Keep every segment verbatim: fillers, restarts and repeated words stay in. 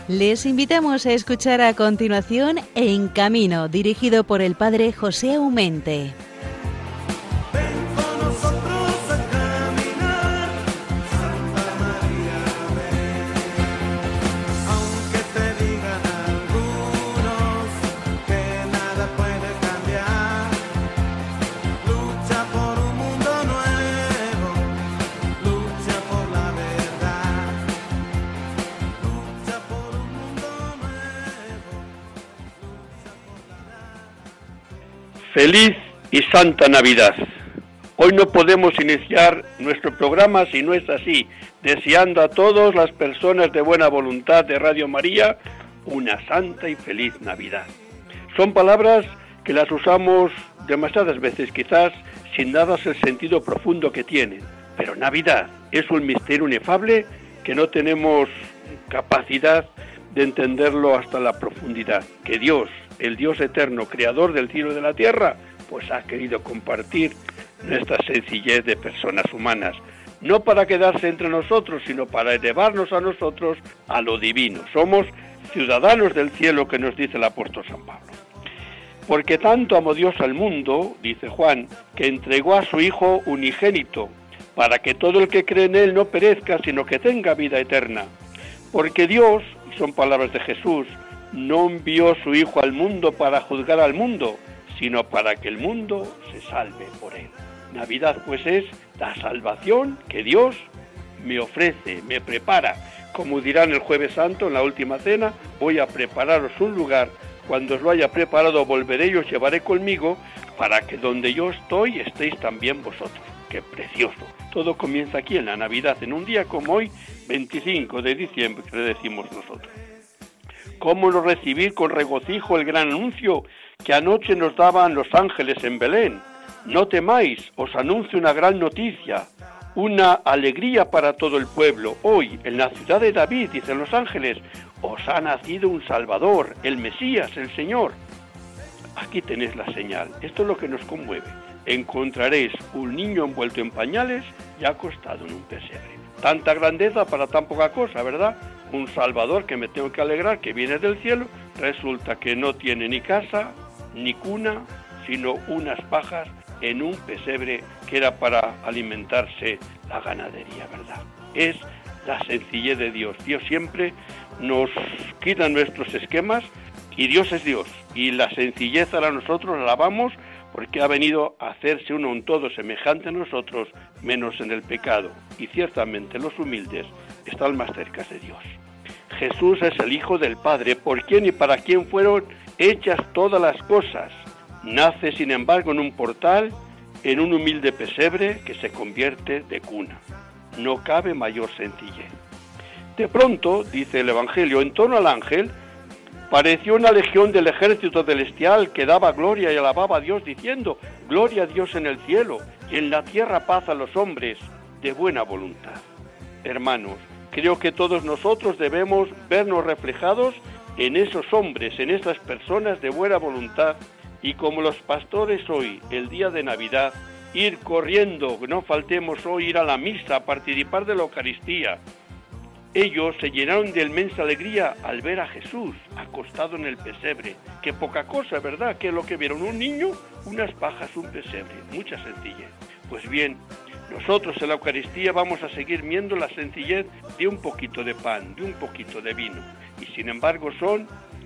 Les invitamos a escuchar a continuación En Camino, dirigido por el padre José Aumente. Feliz y Santa Navidad. Hoy no podemos iniciar nuestro programa si no es así, deseando a todas las personas de buena voluntad de Radio María una santa y feliz Navidad. Son palabras que las usamos demasiadas veces, quizás sin darse el sentido profundo que tienen, pero Navidad es un misterio inefable que no tenemos capacidad de entenderlo hasta la profundidad, que Dios, el Dios eterno, creador del cielo y de la tierra, pues ha querido compartir nuestra sencillez de personas humanas, no para quedarse entre nosotros, sino para elevarnos a nosotros a lo divino. Somos ciudadanos del cielo, que nos dice el apóstol San Pablo. Porque tanto amó Dios al mundo, dice Juan, que entregó a su Hijo unigénito, para que todo el que cree en Él no perezca, sino que tenga vida eterna. Porque Dios, y son palabras de Jesús, no envió su Hijo al mundo para juzgar al mundo, sino para que el mundo se salve por Él. Navidad, pues, es la salvación que Dios me ofrece, me prepara. Como dirán el Jueves Santo en la última cena, voy a prepararos un lugar. Cuando os lo haya preparado, volveré y os llevaré conmigo, para que donde yo estoy, estéis también vosotros. ¡Qué precioso! Todo comienza aquí en la Navidad, en un día como hoy, veinticinco de diciembre, que le decimos nosotros. ¿Cómo no recibir con regocijo el gran anuncio que anoche nos daban los ángeles en Belén? No temáis, os anuncio una gran noticia, una alegría para todo el pueblo. Hoy, en la ciudad de David, dicen los ángeles, os ha nacido un Salvador, el Mesías, el Señor. Aquí tenéis la señal. Esto es lo que nos conmueve. Encontraréis un niño envuelto en pañales y acostado en un pesebre. Tanta grandeza para tan poca cosa, ¿verdad? Un Salvador que me tengo que alegrar, que viene del cielo, resulta que no tiene ni casa, ni cuna, sino unas pajas en un pesebre que era para alimentarse la ganadería, ¿verdad? Es la sencillez de Dios. Dios siempre nos quita nuestros esquemas y Dios es Dios. Y la sencillez ahora nosotros la alabamos porque ha venido a hacerse uno en todo semejante a nosotros, menos en el pecado. Y ciertamente los humildes están más cerca de Dios. Jesús es el Hijo del Padre, por quien y para quien fueron hechas todas las cosas. Nace, sin embargo, en un portal, en un humilde pesebre que se convierte de cuna. No cabe mayor sencillez. De pronto, dice el Evangelio, en torno al ángel, pareció una legión del ejército celestial que daba gloria y alababa a Dios, diciendo, gloria a Dios en el cielo, y en la tierra paz a los hombres de buena voluntad. Hermanos, creo que todos nosotros debemos vernos reflejados en esos hombres, en esas personas de buena voluntad, y como los pastores hoy, el día de Navidad, ir corriendo, no faltemos hoy ir a la misa, a participar de la Eucaristía. Ellos se llenaron de inmensa alegría al ver a Jesús acostado en el pesebre. Qué poca cosa, ¿verdad? ¿Qué es lo que vieron? Un niño, unas pajas, un pesebre. Mucha sencillez. Pues bien, nosotros en la Eucaristía vamos a seguir viendo la sencillez de un poquito de pan, de un poquito de vino. Y sin embargo son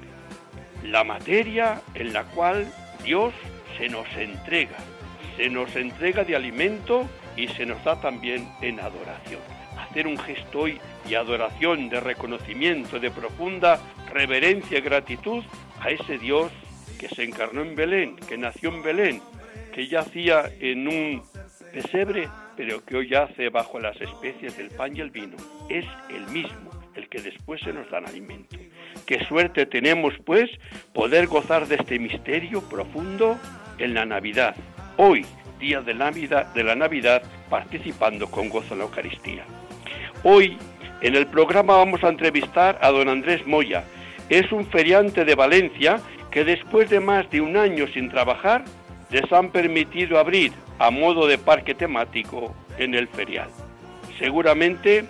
la materia en la cual Dios se nos entrega. Se nos entrega de alimento y se nos da también en adoración. Hacer un gesto hoy y adoración, de reconocimiento, de profunda reverencia y gratitud a ese Dios que se encarnó en Belén, que nació en Belén, que yacía en un pesebre, pero que hoy yace bajo las especies del pan y el vino. Es el mismo, el que después se nos da alimento. Qué suerte tenemos, pues, poder gozar de este misterio profundo en la Navidad. Hoy, día de Navidad, de la Navidad, participando con gozo en la Eucaristía. Hoy, en el programa vamos a entrevistar a don Andrés Moya. Es un feriante de Valencia que después de más de un año sin trabajar, les han permitido abrir a modo de parque temático en el ferial. Seguramente que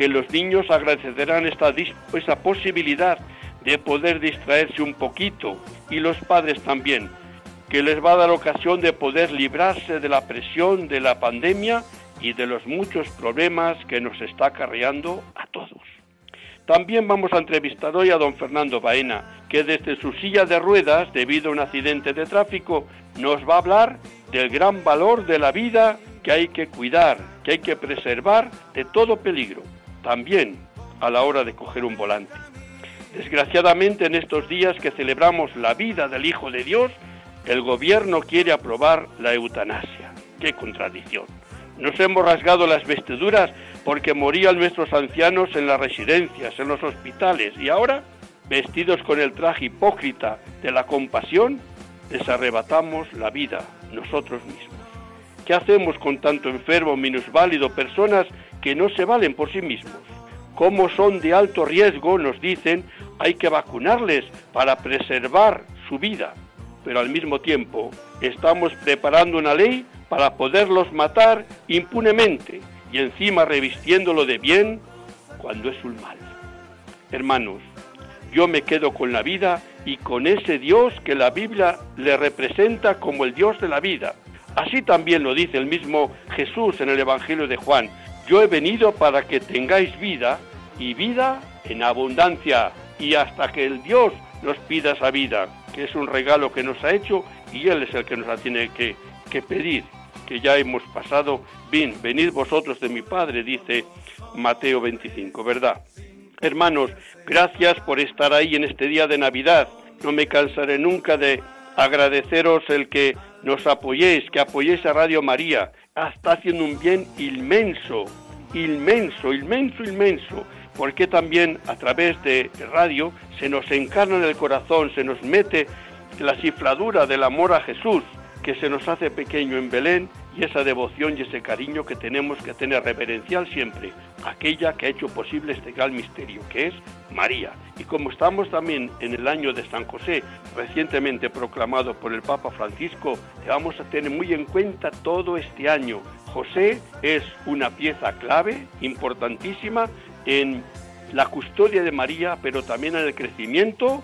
que los niños agradecerán esta, esa posibilidad de poder distraerse un poquito, y los padres también, que les va a dar ocasión de poder librarse de la presión de la pandemia y de los muchos problemas que nos está acarreando a todos. También vamos a entrevistar hoy a don Fernando Baena, que desde su silla de ruedas, debido a un accidente de tráfico, nos va a hablar del gran valor de la vida que hay que cuidar, que hay que preservar de todo peligro, también a la hora de coger un volante. Desgraciadamente, en estos días que celebramos la vida del Hijo de Dios, el gobierno quiere aprobar la eutanasia. ¡Qué contradicción! Nos hemos rasgado las vestiduras porque morían nuestros ancianos en las residencias, en los hospitales, y ahora, vestidos con el traje hipócrita de la compasión, les arrebatamos la vida nosotros mismos. ¿Qué hacemos con tanto enfermo, minusválido, personas que no se valen por sí mismos? ¿Cómo son de alto riesgo? Nos dicen, hay que vacunarles para preservar su vida, pero al mismo tiempo estamos preparando una ley para poderlos matar impunemente y encima revistiéndolo de bien cuando es un mal. Hermanos, yo me quedo con la vida y con ese Dios que la Biblia le representa como el Dios de la vida. Así también lo dice el mismo Jesús en el Evangelio de Juan. Yo he venido para que tengáis vida y vida en abundancia, y hasta que el Dios nos pida esa vida, que es un regalo que nos ha hecho y Él es el que nos la tiene que, que pedir, que ya hemos pasado. Bien, venid vosotros de mi Padre, dice Mateo veinticinco, ¿verdad? Hermanos, gracias por estar ahí en este día de Navidad. No me cansaré nunca de agradeceros el que nos apoyéis, que apoyéis a Radio María. Está haciendo un bien inmenso, inmenso, inmenso, inmenso, porque también a través de radio se nos encarna en el corazón, se nos mete la cifradura del amor a Jesús, que se nos hace pequeño en Belén, y esa devoción y ese cariño que tenemos que tener reverencial siempre, aquella que ha hecho posible este gran misterio, que es María. Y como estamos también en el año de San José, recientemente proclamado por el Papa Francisco, vamos a tener muy en cuenta todo este año. José es una pieza clave, importantísima, en la custodia de María, pero también en el crecimiento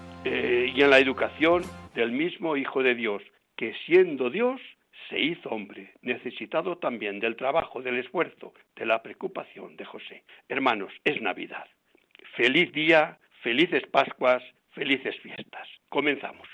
eh, y en la educación del mismo Hijo de Dios, que siendo Dios se hizo hombre, necesitado también del trabajo, del esfuerzo, de la preocupación de José. Hermanos, es Navidad. Feliz día, felices Pascuas, felices fiestas. Comenzamos.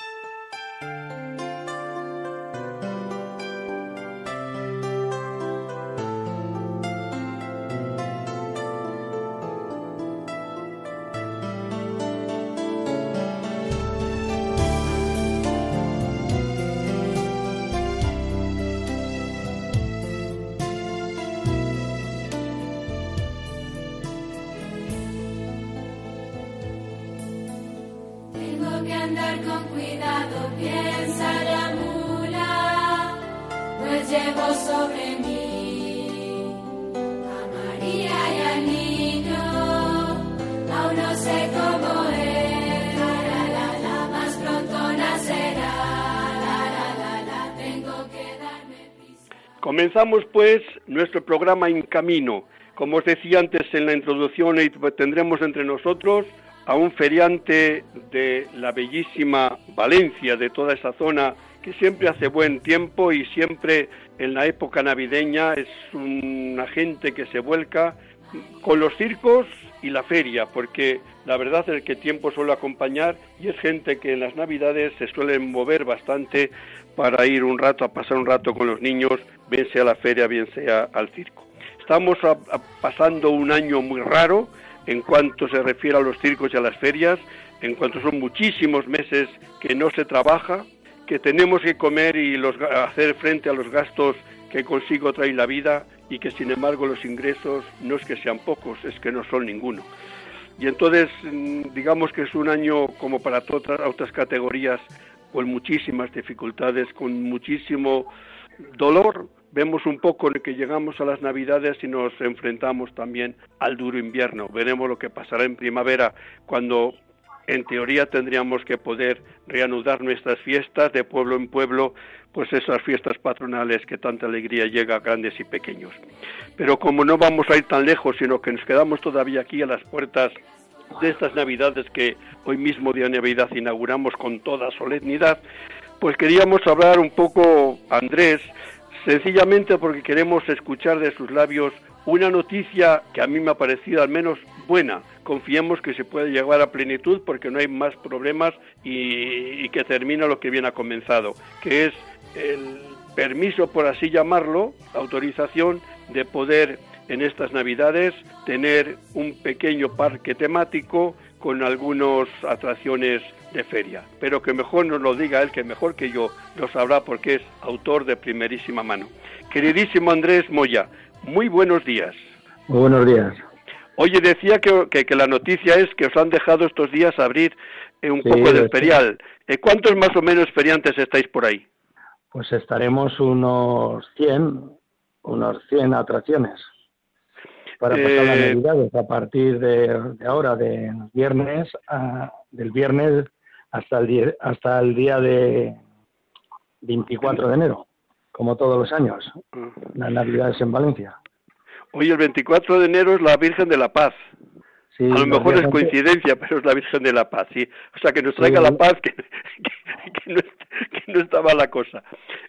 Llevo sobre mí a María y al niño, aún no sé cómo es, la, la, la, más pronto nacerá, la, la, la, la, tengo que darme prisa. Comenzamos pues nuestro programa En Camino. Como os decía antes en la introducción, tendremos entre nosotros a un feriante de la bellísima Valencia, de toda esa zona, que siempre hace buen tiempo y siempre en la época navideña es una gente que se vuelca con los circos y la feria, porque la verdad es que el tiempo suele acompañar y es gente que en las navidades se suelen mover bastante para ir un rato, a pasar un rato con los niños, bien sea a la feria, bien sea al circo. Estamos a, a, pasando un año muy raro en cuanto se refiere a los circos y a las ferias, en cuanto son muchísimos meses que no se trabaja, que tenemos que comer y los, hacer frente a los gastos que consigo traer la vida, y que sin embargo los ingresos no es que sean pocos, es que no son ninguno. Y entonces digamos que es un año como para todas otras categorías, con muchísimas dificultades, con muchísimo dolor. Vemos un poco en que llegamos a las Navidades y nos enfrentamos también al duro invierno. Veremos lo que pasará en primavera, cuando en teoría tendríamos que poder reanudar nuestras fiestas de pueblo en pueblo, pues esas fiestas patronales que tanta alegría llega a grandes y pequeños. Pero como no vamos a ir tan lejos, sino que nos quedamos todavía aquí a las puertas de estas Navidades que hoy mismo día de Navidad inauguramos con toda solemnidad, pues queríamos hablar un poco, Andrés, sencillamente porque queremos escuchar de sus labios una noticia que a mí me ha parecido al menos buena. Confiemos que se puede llegar a plenitud porque no hay más problemas y, y que termina lo que bien ha comenzado, que es el permiso, por así llamarlo, autorización de poder en estas Navidades tener un pequeño parque temático con algunas atracciones de feria, pero que mejor nos lo diga él, que mejor que yo lo sabrá porque es autor de primerísima mano. Queridísimo Andrés Moya, muy buenos días. Muy buenos días. Oye, decía que, que, que la noticia es que os han dejado estos días abrir eh, un sí, poco del ferial. Eh, ¿Cuántos más o menos feriantes estáis por ahí? Pues estaremos unos cien, unos cien atracciones para pasar eh, las Navidades a partir de, de ahora, de viernes, a, del viernes hasta el día, hasta el día de veinticuatro de enero, como todos los años, las Navidades en Valencia. Hoy el veinticuatro de enero es la Virgen de la Paz. Sí, a lo mejor es coincidencia, pero es la Virgen de la Paz, sí. O sea, que nos traiga sí, la paz, que, que, que, no, que no estaba la cosa.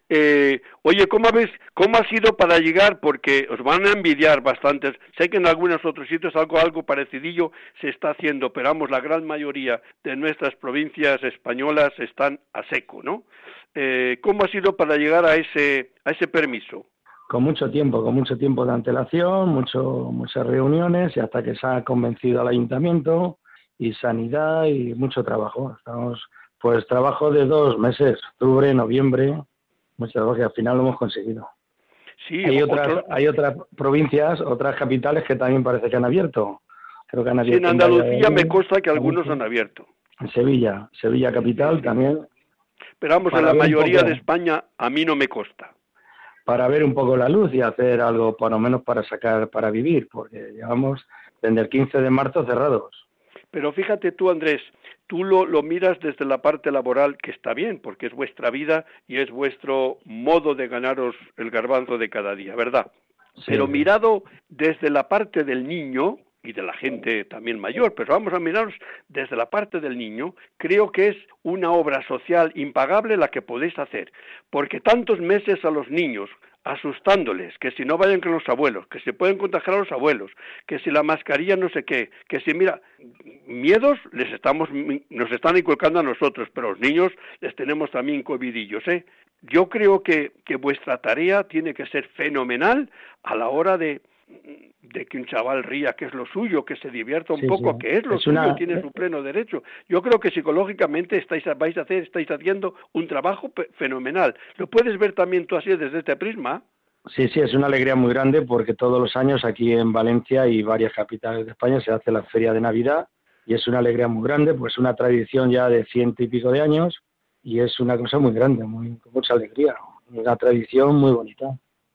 Eh, oye, ¿cómo habéis, cómo ha sido para llegar? Porque os van a envidiar bastantes. Sé que en algunos otros sitios algo, algo parecidillo se está haciendo, pero vamos, la gran mayoría de nuestras provincias españolas están a seco, ¿no? Eh, ¿Cómo ha sido para llegar a ese, a ese permiso? Con mucho tiempo, con mucho tiempo de antelación, mucho, muchas reuniones y hasta que se ha convencido al ayuntamiento y sanidad y mucho trabajo. Estamos, pues trabajo de dos meses, octubre, noviembre, mucho trabajo y al final lo hemos conseguido. Sí, hay otro... otras, hay otras provincias, otras capitales que también parece que han abierto. Creo que han abierto. Sí, en Andalucía en me consta que algunos han abierto. En Sevilla, Sevilla capital sí, sí. también. Pero vamos, en la mayoría de España a mí no me consta. Para ver un poco la luz y hacer algo, por lo menos para sacar, para vivir, porque llevamos desde el quince de marzo cerrados. Pero fíjate tú, Andrés, tú lo, lo miras desde la parte laboral, que está bien, porque es vuestra vida y es vuestro modo de ganaros el garbanzo de cada día, ¿verdad? Sí. Pero mirado desde la parte del niño y de la gente también mayor, pero vamos a mirarnos desde la parte del niño, creo que es una obra social impagable la que podéis hacer, porque tantos meses a los niños, asustándoles, que si no vayan con los abuelos, que se pueden contagiar a los abuelos, que si la mascarilla no sé qué, que si mira, miedos les estamos, nos están inculcando a nosotros, pero a los niños les tenemos también covidillos, ¿eh? Yo creo que, que vuestra tarea tiene que ser fenomenal a la hora de de que un chaval ría, que es lo suyo, que se divierta un sí, poco, sí. que es lo es suyo, una... tiene su pleno derecho. Yo creo que psicológicamente estáis vais a hacer, estáis haciendo un trabajo fenomenal. ¿Lo puedes ver también tú así desde este prisma? Sí, sí, es una alegría muy grande porque todos los años aquí en Valencia y varias capitales de España se hace la Feria de Navidad y es una alegría muy grande, pues una tradición ya de ciento y pico de años y es una cosa muy grande, muy, con mucha alegría, una tradición muy bonita.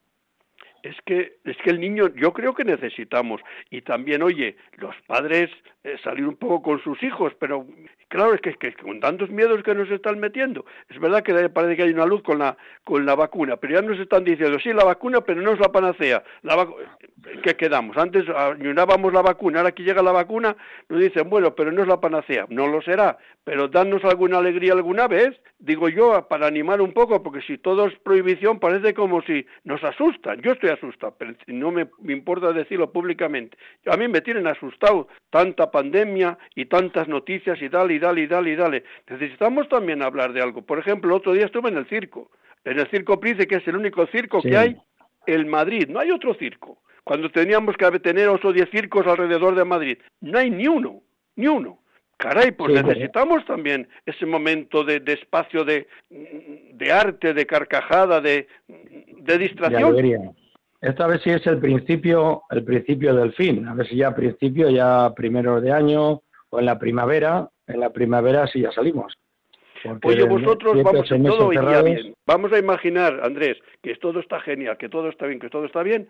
Es que, es que el niño, yo creo que necesitamos, y también, oye, los padres eh, salir un poco con sus hijos, pero claro, es que, es que con tantos miedos que nos están metiendo, es verdad que parece que hay una luz con la con la vacuna, pero ya nos están diciendo, sí, la vacuna, pero no es la panacea. La vacu- ¿Qué quedamos? Antes añorábamos la vacuna, ahora que llega la vacuna, nos dicen, bueno, pero no es la panacea. No lo será, pero danos alguna alegría alguna vez, digo yo, para animar un poco, porque si todo es prohibición, parece como si nos asustan. Yo estoy asustado, pero no me, me importa decirlo públicamente. A mí me tienen asustado tanta pandemia y tantas noticias y dale, y dale, y dale, y dale. Necesitamos también hablar de algo. Por ejemplo, el otro día estuve en el circo, en el Circo Price, que es el único circo sí. que hay en Madrid. No hay otro circo. Cuando teníamos que tener ocho o diez circos alrededor de Madrid, no hay ni uno, ni uno. Caray, pues sí, necesitamos sí. también ese momento de, de espacio de, de arte, de carcajada, de, de distracción. De Esta vez sí es el principio, el principio del fin. A ver si ya a principio, ya primero de año o en la primavera, en la primavera sí ya salimos. Porque Oye, vosotros, vamos, todo iría bien. Vamos a imaginar, Andrés, que todo está genial, que todo está bien, que todo está bien.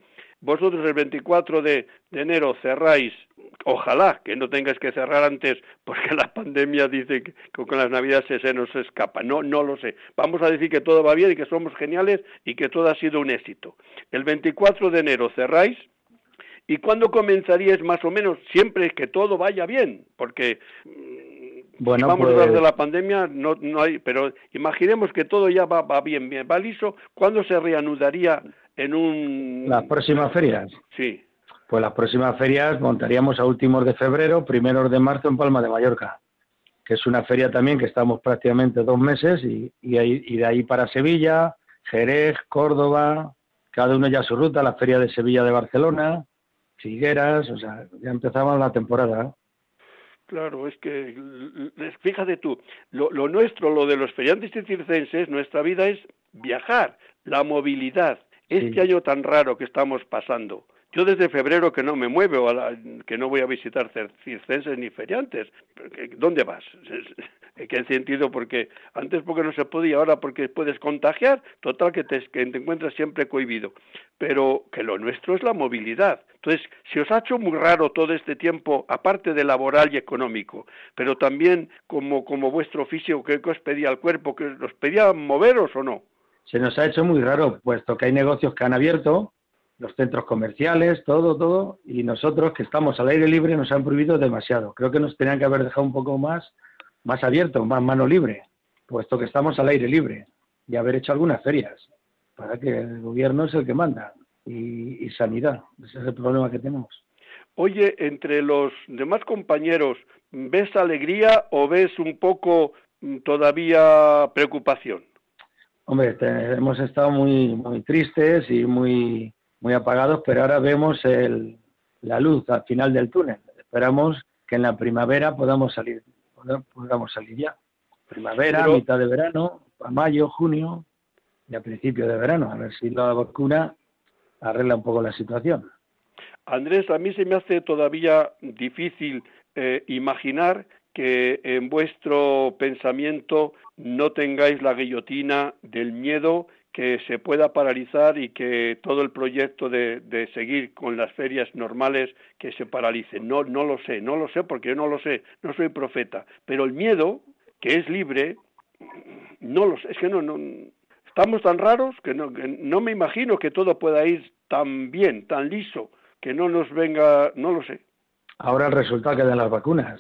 vosotros el veinticuatro de, de enero cerráis, ojalá que no tengáis que cerrar antes, porque la pandemia dice que con las navidades se, se nos escapa, no, no lo sé. Vamos a decir que todo va bien y que somos geniales y que todo ha sido un éxito. El veinticuatro de enero cerráis, ¿y cuándo comenzaríais más o menos? Siempre que todo vaya bien, porque bueno, si vamos pues... a hablar de la pandemia, no, no hay, pero imaginemos que todo ya va, va bien, bien, va liso, ¿cuándo se reanudaría en un... Las próximas ferias? Sí. Pues las próximas ferias montaríamos a últimos de febrero, primeros de marzo en Palma de Mallorca, que es una feria también que estamos prácticamente dos meses y, y, ahí, y de ahí para Sevilla, Jerez, Córdoba, cada uno ya su ruta, la feria de Sevilla de Barcelona, Figueras, o sea, ya empezaba la temporada. Claro, es que, fíjate tú, lo, lo nuestro, lo de los feriantes y circenses, nuestra vida es viajar, la movilidad, este sí. Año tan raro que estamos pasando. Yo desde febrero que no me muevo, a la, que no voy a visitar circenses ni feriantes. ¿Dónde vas? ¿En qué sentido? Porque antes porque no se podía, ahora porque puedes contagiar, total que te, que te encuentras siempre cohibido. Pero que lo nuestro es la movilidad. Entonces, se os ha hecho muy raro todo este tiempo, aparte de laboral y económico, pero también como, como vuestro oficio, ¿qué os pedía el cuerpo? ¿Que os pedía moveros o no? Se nos ha hecho muy raro, puesto que hay negocios que han abierto, los centros comerciales, todo, todo, y nosotros que estamos al aire libre nos han prohibido demasiado. Creo que nos tenían que haber dejado un poco más, más abierto, más mano libre, puesto que estamos al aire libre, y haber hecho algunas ferias, para que el gobierno es el que manda, y, y sanidad, ese es el problema que tenemos. Oye, entre los demás compañeros, ¿ves alegría o ves un poco todavía preocupación? Hombre, te, hemos estado muy, muy tristes y muy... muy apagados, pero ahora vemos el, la luz al final del túnel. Esperamos que en la primavera podamos salir, podamos salir ya. Primavera, pero... mitad de verano, a mayo, junio y a principio de verano, a ver si la vacuna arregla un poco la situación. Andrés, a mí se me hace todavía difícil eh, imaginar que en vuestro pensamiento no tengáis la guillotina del miedo, que se pueda paralizar y que todo el proyecto de, de seguir con las ferias normales que se paralice. No, no lo sé, no lo sé porque yo no lo sé, no soy profeta. Pero el miedo, que es libre, no lo sé, es que no, no estamos tan raros que no, que no me imagino que todo pueda ir tan bien, tan liso, que no nos venga, no lo sé. Ahora el resultado que dan las vacunas.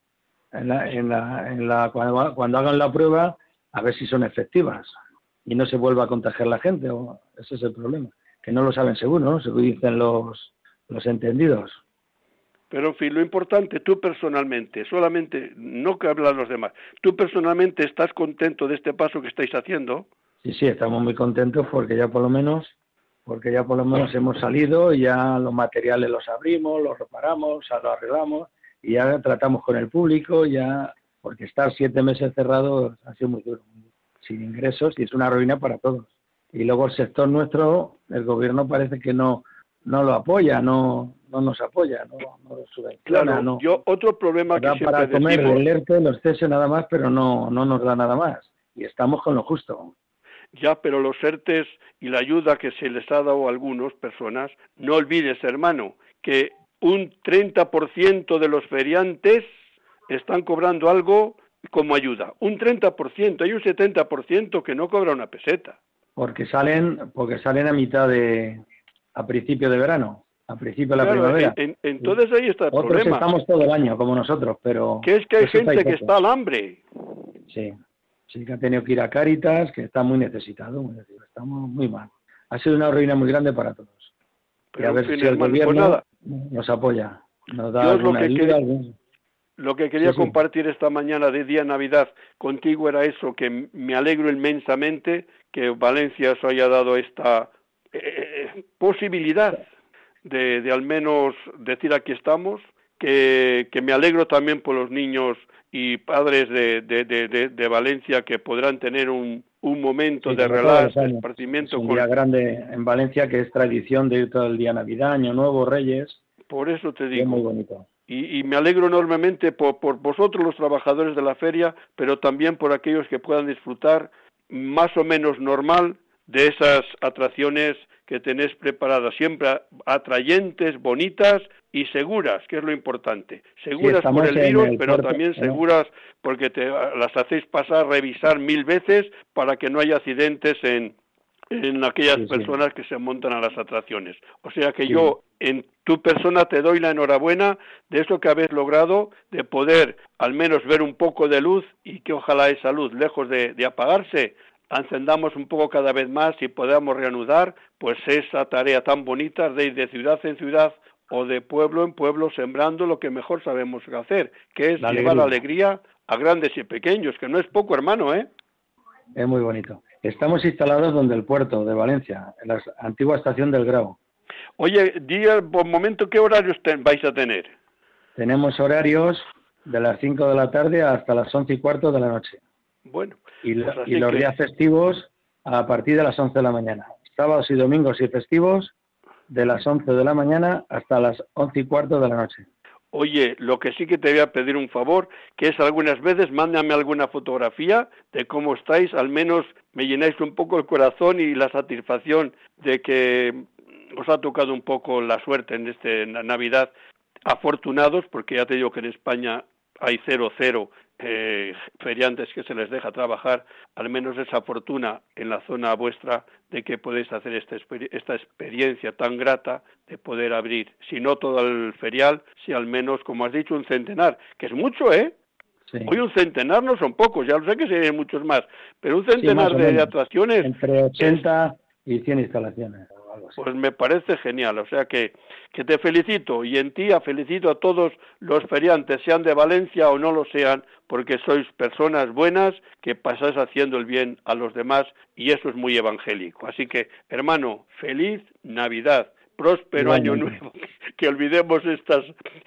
En la, en la, en la, cuando, cuando hagan la prueba, a ver si son efectivas. Y no se vuelva a contagiar la gente, o ese es el problema, que no lo saben seguro, ¿no? Según dicen los, los entendidos. Pero en fin, lo importante, tú personalmente, solamente, no que hablan los demás, tú personalmente estás contento de este paso que estáis haciendo. Sí, sí, estamos muy contentos porque ya por lo menos, porque ya por lo menos hemos salido, ya los materiales los abrimos, los reparamos, los arreglamos, y ya tratamos con el público, ya, porque estar siete meses cerrados ha sido muy duro, sin ingresos, y es una ruina para todos. Y luego el sector nuestro, el gobierno parece que no no lo apoya, no no nos apoya, no, no lo subvenciona. Claro, no. Yo otro problema que siempre para comer decimos, el ERTE, los cese nada más, pero no no nos da nada más. Y estamos con lo justo. Ya, pero los ERTES y la ayuda que se les ha dado a algunas personas, no olvides, hermano, que un treinta por ciento de los feriantes están cobrando algo como ayuda, un treinta por ciento, hay un setenta por ciento que no cobra una peseta. Porque salen, porque salen a mitad de, a principio de verano, a principio de la claro, primavera. En, en, entonces ahí está el Otros problema. Estamos todo el año, como nosotros, pero... Que es que hay gente que está al hambre. Sí, sí que ha tenido que ir a Cáritas, que está muy necesitado, muy necesitado, estamos muy mal. Ha sido una ruina muy grande para todos. Pero y a ver fin, si el hermano, gobierno pues nos apoya, nos da alguna ayuda, quería... algún... Lo que quería sí, sí. compartir esta mañana de día de Navidad contigo era eso, que me alegro inmensamente que Valencia os haya dado esta eh, posibilidad de, de al menos decir aquí estamos, que, que me alegro también por los niños y padres de, de, de, de, de Valencia que podrán tener un, un momento sí, de relax, de esparcimiento. Es un con... día grande en Valencia que es tradición de ir todo el día Navidad, Año Nuevo, Reyes. Por eso te digo. Es muy bonito. Y, y me alegro enormemente por, por vosotros los trabajadores de la feria, pero también por aquellos que puedan disfrutar más o menos normal de esas atracciones que tenéis preparadas, siempre atrayentes, bonitas y seguras, que es lo importante. Seguras Sí, por el virus, el pero puerto, también ¿no? seguras porque te las hacéis pasar, revisar mil veces para que no haya accidentes en, en aquellas Sí, sí. personas que se montan a las atracciones. O sea que Sí. yo, en tu persona, te doy la enhorabuena de eso que habéis logrado, de poder al menos ver un poco de luz y que ojalá esa luz, lejos de, de apagarse, encendamos un poco cada vez más y podamos reanudar pues esa tarea tan bonita de ir de ciudad en ciudad o de pueblo en pueblo sembrando lo que mejor sabemos hacer, que es La llevar alegría. alegría a grandes y pequeños, que no es poco, hermano, ¿eh? Es muy bonito. Estamos instalados donde el puerto de Valencia, en la antigua estación del Grau. Oye, día por momento, ¿qué horarios te, vais a tener? Tenemos horarios de las cinco de la tarde hasta las once y cuarto de la noche. Bueno, Y, pues lo- así y los que- días festivos a partir de las once de la mañana. Sábados y domingos y festivos de las once de la mañana hasta las once y cuarto de la noche. Oye, lo que sí que te voy a pedir un favor, que es algunas veces mándame alguna fotografía de cómo estáis, al menos me llenáis un poco el corazón y la satisfacción de que os ha tocado un poco la suerte en este en la Navidad. Afortunados, porque ya te digo que en España hay cero, cero eh, feriantes que se les deja trabajar, al menos esa fortuna en la zona vuestra de que podéis hacer esta, exper- esta experiencia tan grata de poder abrir, si no todo el ferial, si al menos, como has dicho, un centenar, que es mucho, ¿eh? Sí. Hoy un centenar no son pocos, ya lo sé que serían muchos más, pero un Sí, centenar más o de menos. atracciones, Entre ochenta y cien instalaciones o algo así. pues me parece genial, o sea que, que te felicito, y en ti a felicito a todos los feriantes, sean de Valencia o no lo sean, porque sois personas buenas que pasáis haciendo el bien a los demás, y eso es muy evangélico. Así que, hermano, feliz Navidad, próspero año Igualmente. nuevo, que olvidemos estas,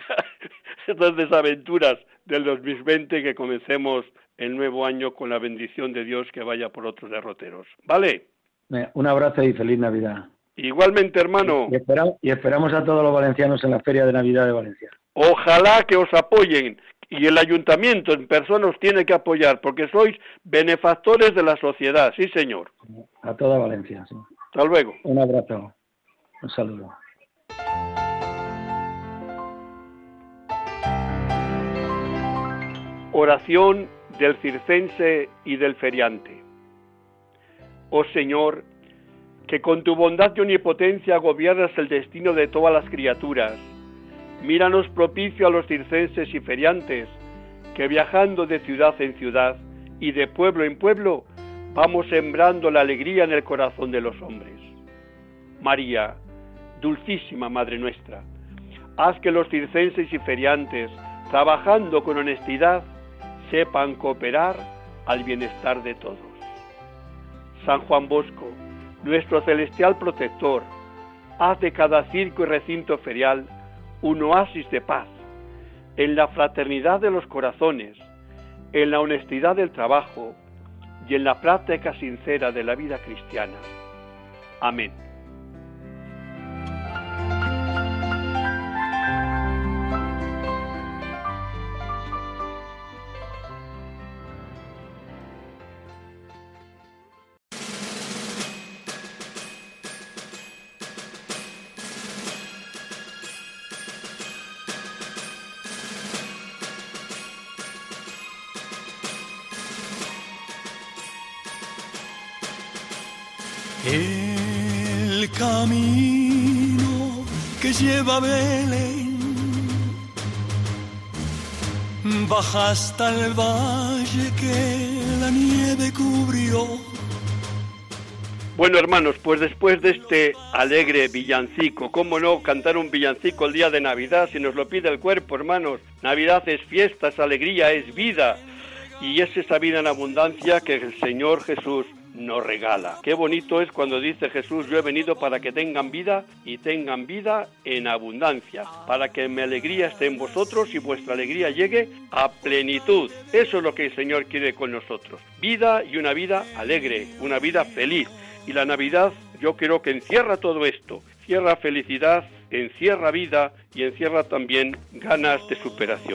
estas desaventuras del dos mil veinte, que comencemos el nuevo año con la bendición de Dios que vaya por otros derroteros. ¿Vale? Eh, Un abrazo y feliz Navidad. Igualmente, hermano. Y, espera- y esperamos a todos los valencianos en la Feria de Navidad de Valencia. Ojalá que os apoyen, y el ayuntamiento en persona os tiene que apoyar, porque sois benefactores de la sociedad, sí señor. A toda Valencia. Sí. Hasta luego. Un abrazo. Un saludo. Oración del circense y del feriante. Oh Señor, que con tu bondad y omnipotencia gobiernas el destino de todas las criaturas, míranos propicio a los circenses y feriantes, que viajando de ciudad en ciudad y de pueblo en pueblo, vamos sembrando la alegría en el corazón de los hombres. María, dulcísima Madre nuestra, haz que los circenses y feriantes, trabajando con honestidad, sepan cooperar al bienestar de todos. San Juan Bosco, nuestro celestial protector, haz de cada circo y recinto ferial un oasis de paz, en la fraternidad de los corazones, en la honestidad del trabajo y en la práctica sincera de la vida cristiana. Amén. El camino que lleva a Belén baja hasta el valle que la nieve cubrió. Bueno, hermanos, pues después de este alegre villancico, ¿cómo no cantar un villancico el día de Navidad si nos lo pide el cuerpo, hermanos? Navidad es fiesta, es alegría, es vida, y es esa vida en abundancia que el Señor Jesús nos regala. Qué bonito es cuando dice Jesús: yo he venido para que tengan vida y tengan vida en abundancia, para que mi alegría esté en vosotros y vuestra alegría llegue a plenitud. Eso es lo que el Señor quiere con nosotros, vida y una vida alegre, una vida feliz. Y la Navidad yo creo que encierra todo esto, encierra felicidad, encierra vida y encierra también ganas de superación.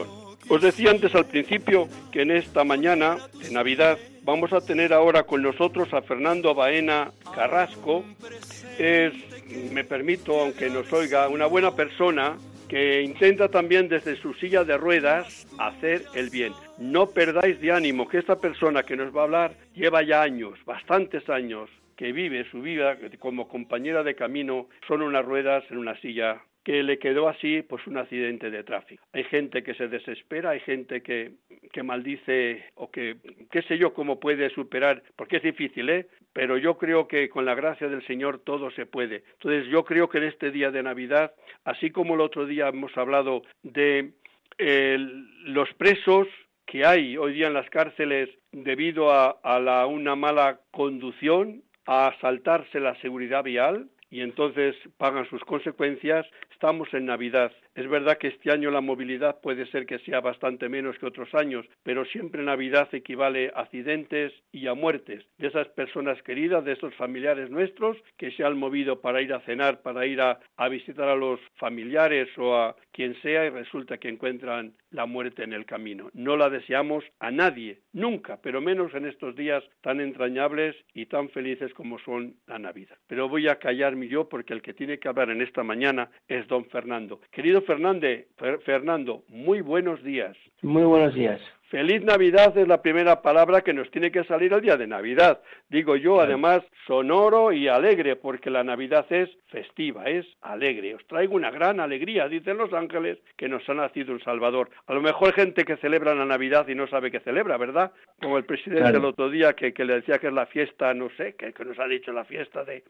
Os decía antes al principio que en esta mañana de Navidad vamos a tener ahora con nosotros a Fernando Baena Carrasco. Es, me permito, aunque nos oiga, una buena persona que intenta también desde su silla de ruedas hacer el bien. No perdáis de ánimo, que esta persona que nos va a hablar lleva ya años, bastantes años, que vive su vida como compañera de camino, son unas ruedas en una silla, que le quedó así, pues un accidente de tráfico. Hay gente que se desespera, hay gente que, que maldice o que, qué sé yo, cómo puede superar, porque es difícil, ¿eh? Pero yo creo que con la gracia del Señor todo se puede. Entonces yo creo que en este día de Navidad, así como el otro día hemos hablado de eh, los presos que hay hoy día en las cárceles debido a, a la, una mala conducción, a saltarse la seguridad vial, y entonces pagan sus consecuencias. Estamos en Navidad. Es verdad que este año la movilidad puede ser que sea bastante menos que otros años, pero siempre Navidad equivale a accidentes y a muertes de esas personas queridas, de esos familiares nuestros que se han movido para ir a cenar, para ir a, a visitar a los familiares o a quien sea, y resulta que encuentran la muerte en el camino. No la deseamos a nadie, nunca, pero menos en estos días tan entrañables y tan felices como son la Navidad. Pero voy a callarme yo porque el que tiene que hablar en esta mañana es don Fernando. Querido Fernández, Fer, Fernando, muy buenos días. Muy buenos días. Feliz Navidad es la primera palabra que nos tiene que salir el día de Navidad. Digo yo, claro. Además, sonoro y alegre, porque la Navidad es festiva, es alegre. Os traigo una gran alegría, dicen los ángeles, que nos ha nacido un Salvador. A lo mejor hay gente que celebra la Navidad y no sabe que celebra, ¿verdad? Como el presidente claro. el otro día que, que le decía que es la fiesta, no sé, que, que nos ha dicho la fiesta de...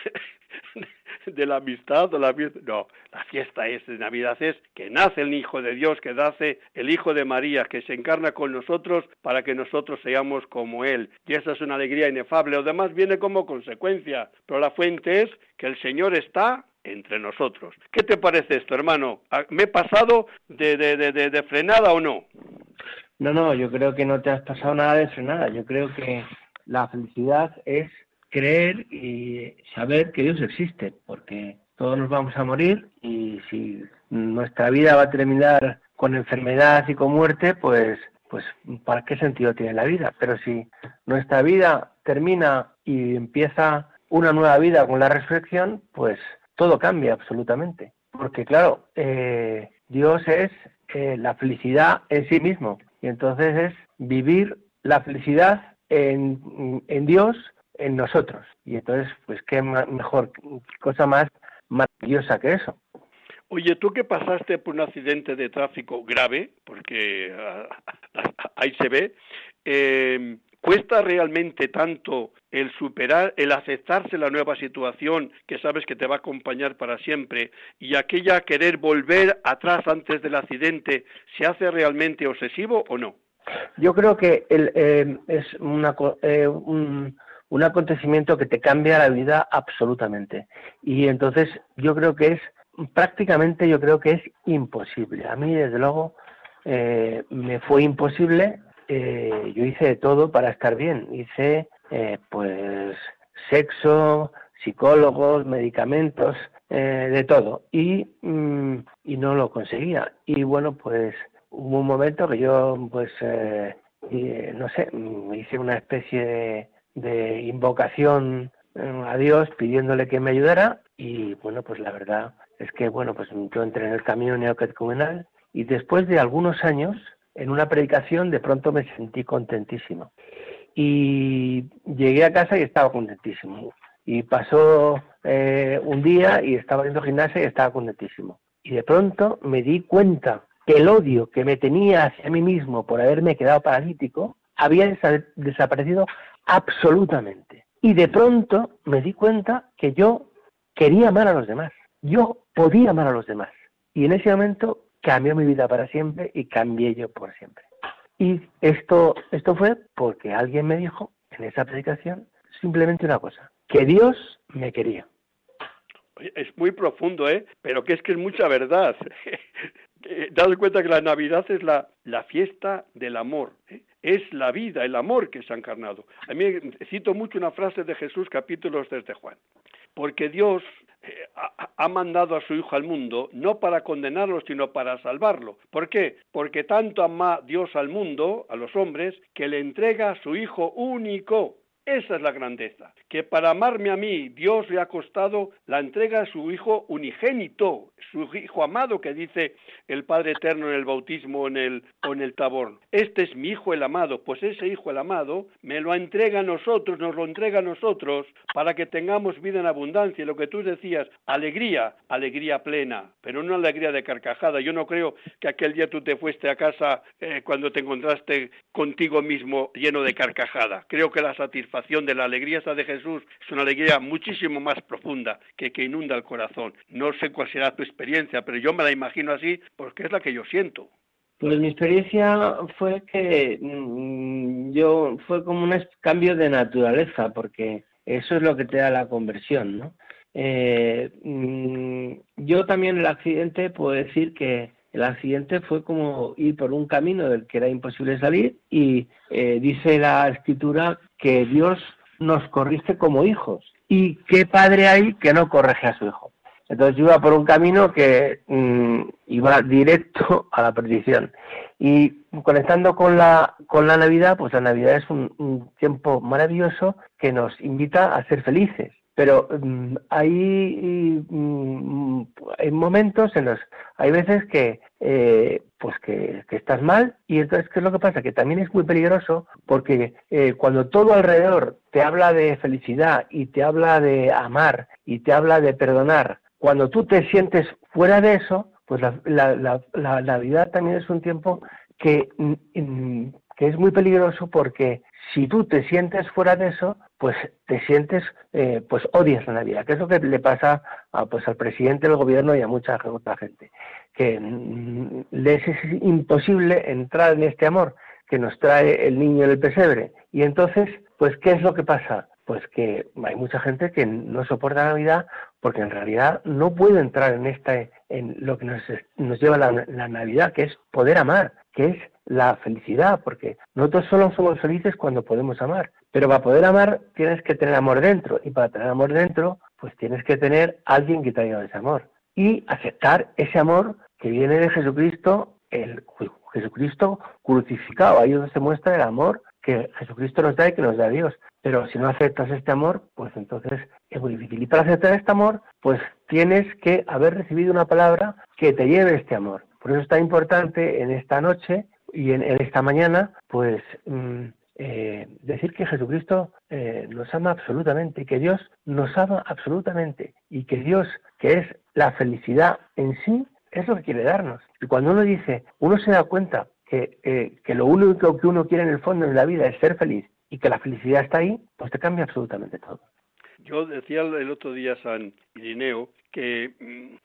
de la amistad o la fiesta. No, la fiesta es de Navidad es que nace el Hijo de Dios, que nace el Hijo de María, que se encarna con nosotros para que nosotros seamos como Él. Y esa es una alegría inefable. Lo demás viene como consecuencia, pero la fuente es que el Señor está entre nosotros. ¿Qué te parece esto, hermano? ¿Me he pasado de, de, de, de, de frenada o no? No, no, yo creo que no te has pasado nada de frenada. Yo creo que la felicidad es creer y saber que Dios existe, porque todos nos vamos a morir y si nuestra vida va a terminar con enfermedad y con muerte, pues, pues ¿para qué sentido tiene la vida? Pero si nuestra vida termina y empieza una nueva vida con la resurrección, pues todo cambia absolutamente. Porque claro, eh, Dios es eh, la felicidad en sí mismo y entonces es vivir la felicidad en, en Dios, en nosotros. Y entonces, pues qué mejor, qué cosa más maravillosa que eso. Oye, tú que pasaste por un accidente de tráfico grave, porque uh, ahí se ve, eh, ¿cuesta realmente tanto el superar, el aceptarse la nueva situación que sabes que te va a acompañar para siempre y aquella querer volver atrás antes del accidente, se hace realmente obsesivo o no? Yo creo que el, eh, es una, eh, un... un acontecimiento que te cambia la vida absolutamente. Y entonces yo creo que es, prácticamente yo creo que es imposible. A mí, desde luego, eh, me fue imposible. Eh, yo hice de todo para estar bien. Hice, eh, pues, sexo, psicólogos, medicamentos, eh, de todo. Y, mm, y no lo conseguía. Y bueno, pues, hubo un momento que yo, pues, eh, y, no sé, hice una especie de de invocación a Dios pidiéndole que me ayudara y bueno, pues la verdad es que bueno, pues yo entré en el camino neocatecumenal y después de algunos años en una predicación de pronto me sentí contentísimo y llegué a casa y estaba contentísimo y pasó eh, un día y estaba haciendo gimnasia y estaba contentísimo y de pronto me di cuenta que el odio que me tenía hacia mí mismo por haberme quedado paralítico había desa- desaparecido absolutamente. Y de pronto me di cuenta que yo quería amar a los demás. Yo podía amar a los demás. Y en ese momento cambió mi vida para siempre y cambié yo por siempre. Y esto, esto fue porque alguien me dijo en esa predicación simplemente una cosa, que Dios me quería. Es muy profundo, ¿eh? Pero que es que es mucha verdad. Dad cuenta que la Navidad es la, la fiesta del amor, ¿eh? Es la vida, el amor que se ha encarnado. A mí cito mucho una frase de Jesús, capítulos tres de Juan. Porque Dios eh, ha, ha mandado a su Hijo al mundo, no para condenarlo, sino para salvarlo. ¿Por qué? Porque tanto ama Dios al mundo, a los hombres, que le entrega a su Hijo único. Esa es la grandeza, que para amarme a mí Dios le ha costado la entrega a su Hijo unigénito, su Hijo amado, que dice el Padre Eterno en el bautismo en el, o en el Tabor. Este es mi Hijo el amado. Pues ese Hijo el amado me lo entrega a nosotros, nos lo entrega a nosotros para que tengamos vida en abundancia. Lo que tú decías, alegría, alegría plena, pero no alegría de carcajada. Yo no creo que aquel día tú te fuiste a casa eh, cuando te encontraste contigo mismo lleno de carcajada. Creo que la satisfacción de la alegría esa de Jesús es una alegría muchísimo más profunda que, que inunda el corazón. No sé cuál será tu experiencia, pero yo me la imagino así porque es la que yo siento. Pues mi experiencia fue que mmm, yo fue como un cambio de naturaleza, porque eso es lo que te da la conversión, ¿no? Eh, mmm, yo también el accidente puedo decir que el accidente fue como ir por un camino del que era imposible salir y eh, dice la Escritura que Dios nos corrige como hijos. ¿Y qué padre hay que no corrige a su hijo? Entonces yo iba por un camino que mmm, iba directo a la perdición. Y conectando con la con la Navidad, pues la Navidad es un, un tiempo maravilloso que nos invita a ser felices. Pero um, hay, um, hay momentos en los hay veces que eh, pues que, que estás mal, y entonces ¿qué es lo que pasa? Que también es muy peligroso porque eh, cuando todo alrededor te habla de felicidad y te habla de amar y te habla de perdonar, cuando tú te sientes fuera de eso, pues la, la, la, la Navidad también es un tiempo que, que es muy peligroso, porque si tú te sientes fuera de eso, pues te sientes, eh, pues odias la Navidad, que es lo que le pasa a, pues al presidente del gobierno y a mucha otra gente, que mm, les es imposible entrar en este amor que nos trae el niño en el pesebre. Y entonces, pues ¿qué es lo que pasa? Pues que hay mucha gente que no soporta la Navidad porque en realidad no puede entrar en esta, en lo que nos, nos lleva la, la Navidad, que es poder amar, que es la felicidad, porque nosotros solo somos felices cuando podemos amar. Pero para poder amar tienes que tener amor dentro, y para tener amor dentro, pues tienes que tener alguien que te haya dado ese amor y aceptar ese amor que viene de Jesucristo, el Jesucristo crucificado. Ahí es donde se muestra el amor que Jesucristo nos da y que nos da Dios. Pero si no aceptas este amor, pues entonces es muy difícil. Y para aceptar este amor, pues tienes que haber recibido una palabra que te lleve este amor. Por eso es tan importante en esta noche y en, en esta mañana, pues mmm, eh, decir que Jesucristo eh, nos ama absolutamente, que Dios nos ama absolutamente, y que Dios, que es la felicidad en sí, es lo que quiere darnos. Y cuando uno dice, uno se da cuenta que, eh, que lo único que uno quiere en el fondo en la vida es ser feliz, y que la felicidad está ahí, pues te cambia absolutamente todo. Yo decía el otro día a San Irineo que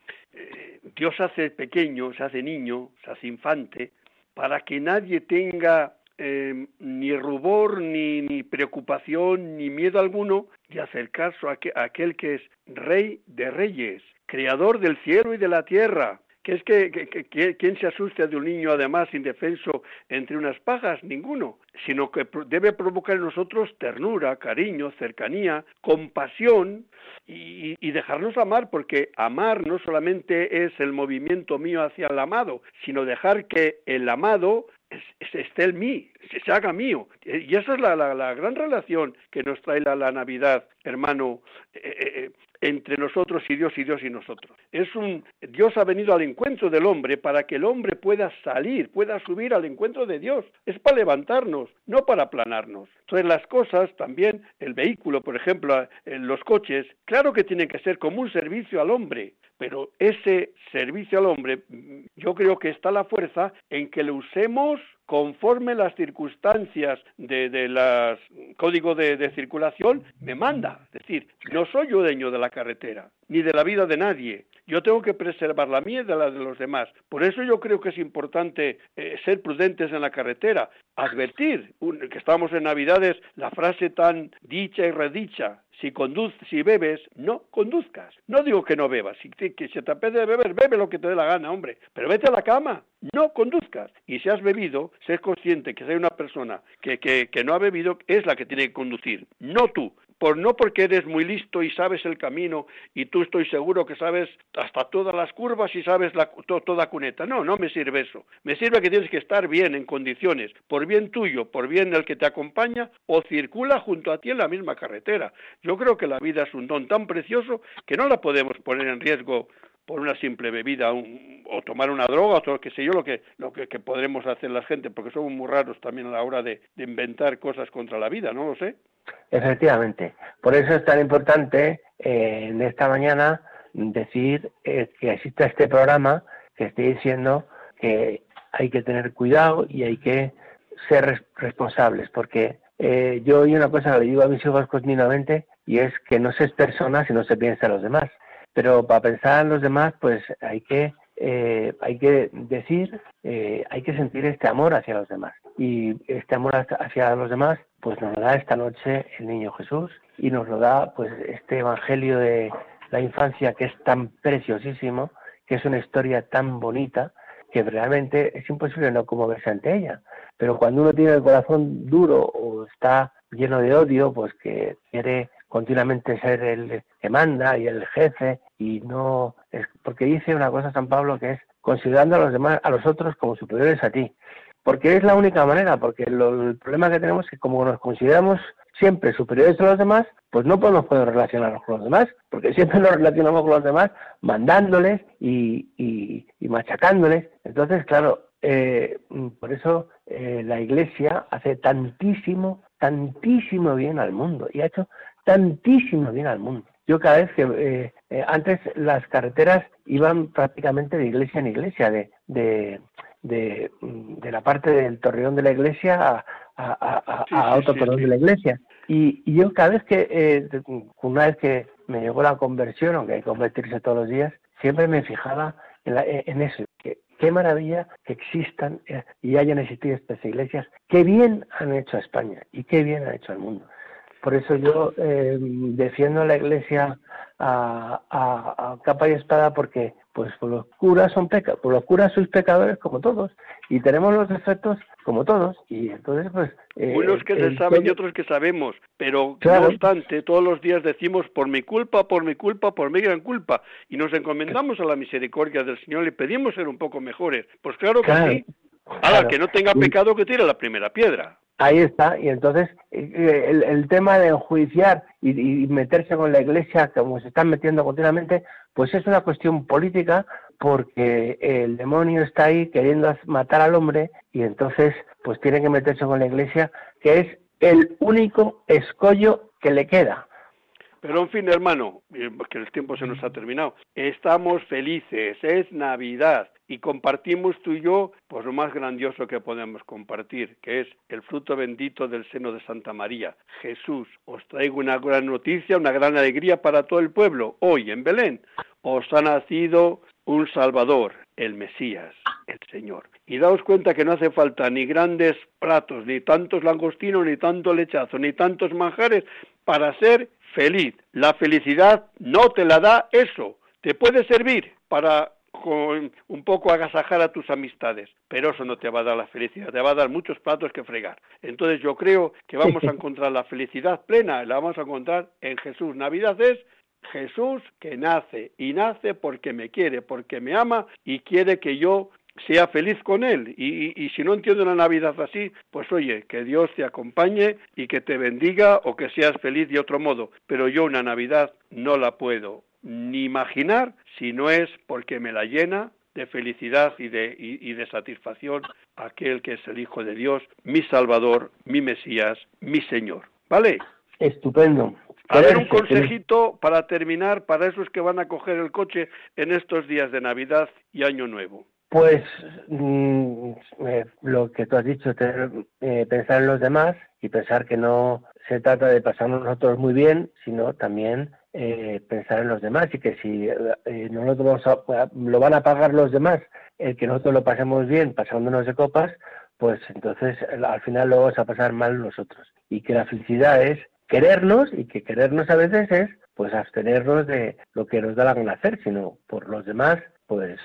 eh, Dios hace pequeño, se hace niño, se hace infante, para que nadie tenga eh, ni rubor, ni, ni preocupación, ni miedo alguno de acercarse a, aqu- a aquel que es Rey de Reyes, Creador del cielo y de la tierra. Que es que, que, que ¿quién se asusta de un niño además indefenso entre unas pajas? Ninguno, sino que debe provocar en nosotros ternura, cariño, cercanía, compasión y, y dejarnos amar, porque amar no solamente es el movimiento mío hacia el amado, sino dejar que el amado es, es, esté en mí, se, se haga mío. Y esa es la, la, la gran relación que nos trae la, la Navidad, hermano, eh, eh, entre nosotros y Dios y Dios y nosotros. Es un Dios ha venido al encuentro del hombre para que el hombre pueda salir, pueda subir al encuentro de Dios. Es para levantarnos, no para aplanarnos. Entonces las cosas también, el vehículo, por ejemplo, los coches, claro que tienen que ser como un servicio al hombre, pero ese servicio al hombre, yo creo que está la fuerza en que lo usemos conforme las circunstancias de, de las código de, de circulación me manda. Es decir, no soy yo dueño de la carretera, ni de la vida de nadie. Yo tengo que preservar la mía y de la de los demás. Por eso yo creo que es importante eh, ser prudentes en la carretera. Advertir, un, que estamos en Navidades, la frase tan dicha y redicha: si conduces, si bebes, no conduzcas. No digo que no bebas, si te, que se te apetece beber, bebe lo que te dé la gana, hombre, pero vete a la cama, no conduzcas. Y si has bebido, sé consciente que si hay una persona que, que, que no ha bebido, es la que tiene que conducir, no tú. por no porque eres muy listo y sabes el camino y tú estoy seguro que sabes hasta todas las curvas y sabes la, to, toda cuneta. No, no me sirve eso. Me sirve que tienes que estar bien, en condiciones, por bien tuyo, por bien del que te acompaña o circula junto a ti en la misma carretera. Yo creo que la vida es un don tan precioso que no la podemos poner en riesgo por una simple bebida un, o tomar una droga o qué sé yo lo que lo que, que podremos hacer la gente, porque somos muy raros también a la hora de, de inventar cosas contra la vida, no lo sé. Efectivamente, por eso es tan importante eh, en esta mañana decir eh, que exista este programa que esté diciendo que hay que tener cuidado y hay que ser res- responsables, porque eh, yo hay una cosa que le digo a mis hijos continuamente y es que no se es persona si no se piensa en los demás. Pero para pensar en los demás, pues hay que eh, hay que decir, eh, hay que sentir este amor hacia los demás. Y este amor hacia los demás, pues nos lo da esta noche el Niño Jesús y nos lo da pues este Evangelio de la infancia que es tan preciosísimo, que es una historia tan bonita, que realmente es imposible no conmoverse ante ella. Pero cuando uno tiene el corazón duro o está lleno de odio, pues que quiere continuamente ser el que manda y el jefe, y no es porque dice una cosa San Pablo que es considerando a los demás, a los otros como superiores a ti, porque es la única manera, porque lo, el problema que tenemos es que como nos consideramos siempre superiores a los demás, pues no podemos poder relacionarnos con los demás, porque siempre nos relacionamos con los demás mandándoles y, y, y machacándoles. Entonces, claro, eh, por eso eh, la Iglesia hace tantísimo, tantísimo bien al mundo, y ha hecho tantísimo bien al mundo. Yo cada vez que, eh, eh, antes las carreteras iban prácticamente de iglesia en iglesia, de, de, de, de la parte del torreón de la iglesia a, a, a, sí, a sí, otro sí, torreón sí. de la iglesia. Y, y yo cada vez que, eh, una vez que me llegó la conversión, aunque hay que convertirse todos los días, siempre me fijaba en, la, en eso, que qué maravilla que existan eh, y hayan existido estas iglesias, qué bien han hecho a España y qué bien han hecho al mundo. Por eso yo eh, defiendo a la Iglesia a, a, a capa y espada, porque pues los curas son peca, pues los curas sois pecadores como todos y tenemos los defectos como todos, y entonces pues eh, unos que se saben y otros que sabemos, pero claro, no obstante todos los días decimos por mi culpa, por mi culpa, por mi gran culpa, y nos encomendamos a la misericordia del Señor y pedimos ser un poco mejores. Pues claro que claro, sí. Ahora, claro. que no tenga pecado, que tire la primera piedra. Ahí está, y entonces el, el tema de enjuiciar y, y meterse con la Iglesia, como se están metiendo continuamente, pues es una cuestión política, porque el demonio está ahí queriendo matar al hombre, y entonces pues tiene que meterse con la Iglesia, que es el único escollo que le queda. Pero en fin, hermano, que el tiempo se nos ha terminado, estamos felices, es Navidad, y compartimos tú y yo pues lo más grandioso que podemos compartir, que es el fruto bendito del seno de Santa María, Jesús. Os traigo una gran noticia, una gran alegría para todo el pueblo. Hoy en Belén os ha nacido un Salvador, el Mesías, el Señor. Y daos cuenta que no hace falta ni grandes platos, ni tantos langostinos, ni tanto lechazo, ni tantos manjares para ser feliz. La felicidad no te la da eso. Te puede servir para con un poco agasajar a tus amistades, pero eso no te va a dar la felicidad, te va a dar muchos platos que fregar. Entonces yo creo que vamos a encontrar la felicidad plena, la vamos a encontrar en Jesús. Navidad es Jesús que nace, y nace porque me quiere, porque me ama y quiere que yo sea feliz con él. Y, y, y si no entiendo la Navidad así, pues oye, que Dios te acompañe y que te bendiga, o que seas feliz de otro modo. Pero yo una Navidad no la puedo ni imaginar si no es porque me la llena de felicidad y de, y, y de satisfacción aquel que es el Hijo de Dios, mi Salvador, mi Mesías, mi Señor. ¿Vale? Estupendo. A ver, un consejito para terminar para esos que van a coger el coche en estos días de Navidad y Año Nuevo. Pues mmm, eh, lo que tú has dicho, tener, eh, pensar en los demás y pensar que no se trata de pasarnos nosotros muy bien, sino también eh, pensar en los demás, y que si eh, nosotros a, lo van a pagar los demás, el que nosotros lo pasemos bien pasándonos de copas, pues entonces al final lo vamos a pasar mal nosotros. Y que la felicidad es querernos, y que querernos a veces es pues abstenernos de lo que nos da la gana hacer, sino por los demás, pues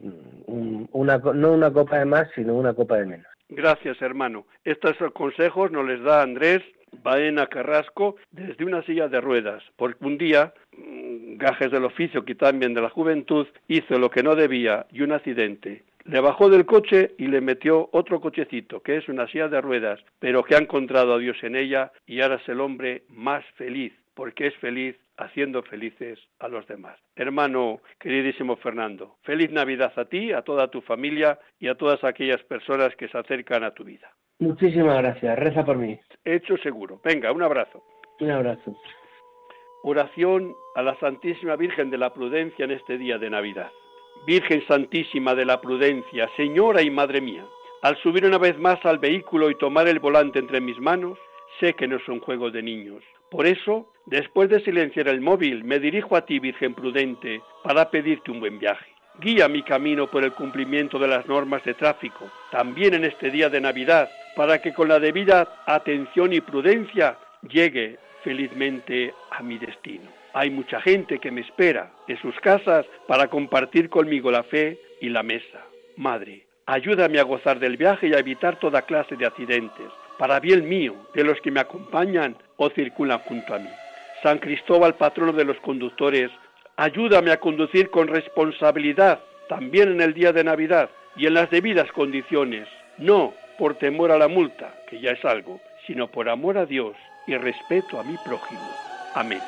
una, no una copa de más, sino una copa de menos. Gracias, hermano. Estos consejos nos les da Andrés Baena Carrasco desde una silla de ruedas, porque un día, gajes del oficio que también de la juventud, hizo lo que no debía y un accidente. Le bajó del coche y le metió otro cochecito, que es una silla de ruedas, pero que ha encontrado a Dios en ella y ahora es el hombre más feliz, porque es feliz haciendo felices a los demás. Hermano queridísimo Fernando, feliz Navidad a ti, a toda tu familia y a todas aquellas personas que se acercan a tu vida. Muchísimas gracias, reza por mí. Hecho seguro. Venga, un abrazo. Un abrazo. Oración a la Santísima Virgen de la Prudencia en este día de Navidad. Virgen Santísima de la Prudencia, Señora y Madre mía, al subir una vez más al vehículo y tomar el volante entre mis manos, sé que no son juegos de niños. Por eso, después de silenciar el móvil, me dirijo a ti, Virgen prudente, para pedirte un buen viaje. Guía mi camino por el cumplimiento de las normas de tráfico, también en este día de Navidad, para que con la debida atención y prudencia llegue felizmente a mi destino. Hay mucha gente que me espera en sus casas para compartir conmigo la fe y la mesa. Madre, ayúdame a gozar del viaje y a evitar toda clase de accidentes, para bien mío, de los que me acompañan o circulan junto a mí. San Cristóbal, patrono de los conductores, ayúdame a conducir con responsabilidad, también en el día de Navidad y en las debidas condiciones, no por temor a la multa, que ya es algo, sino por amor a Dios y respeto a mi prójimo. Amén.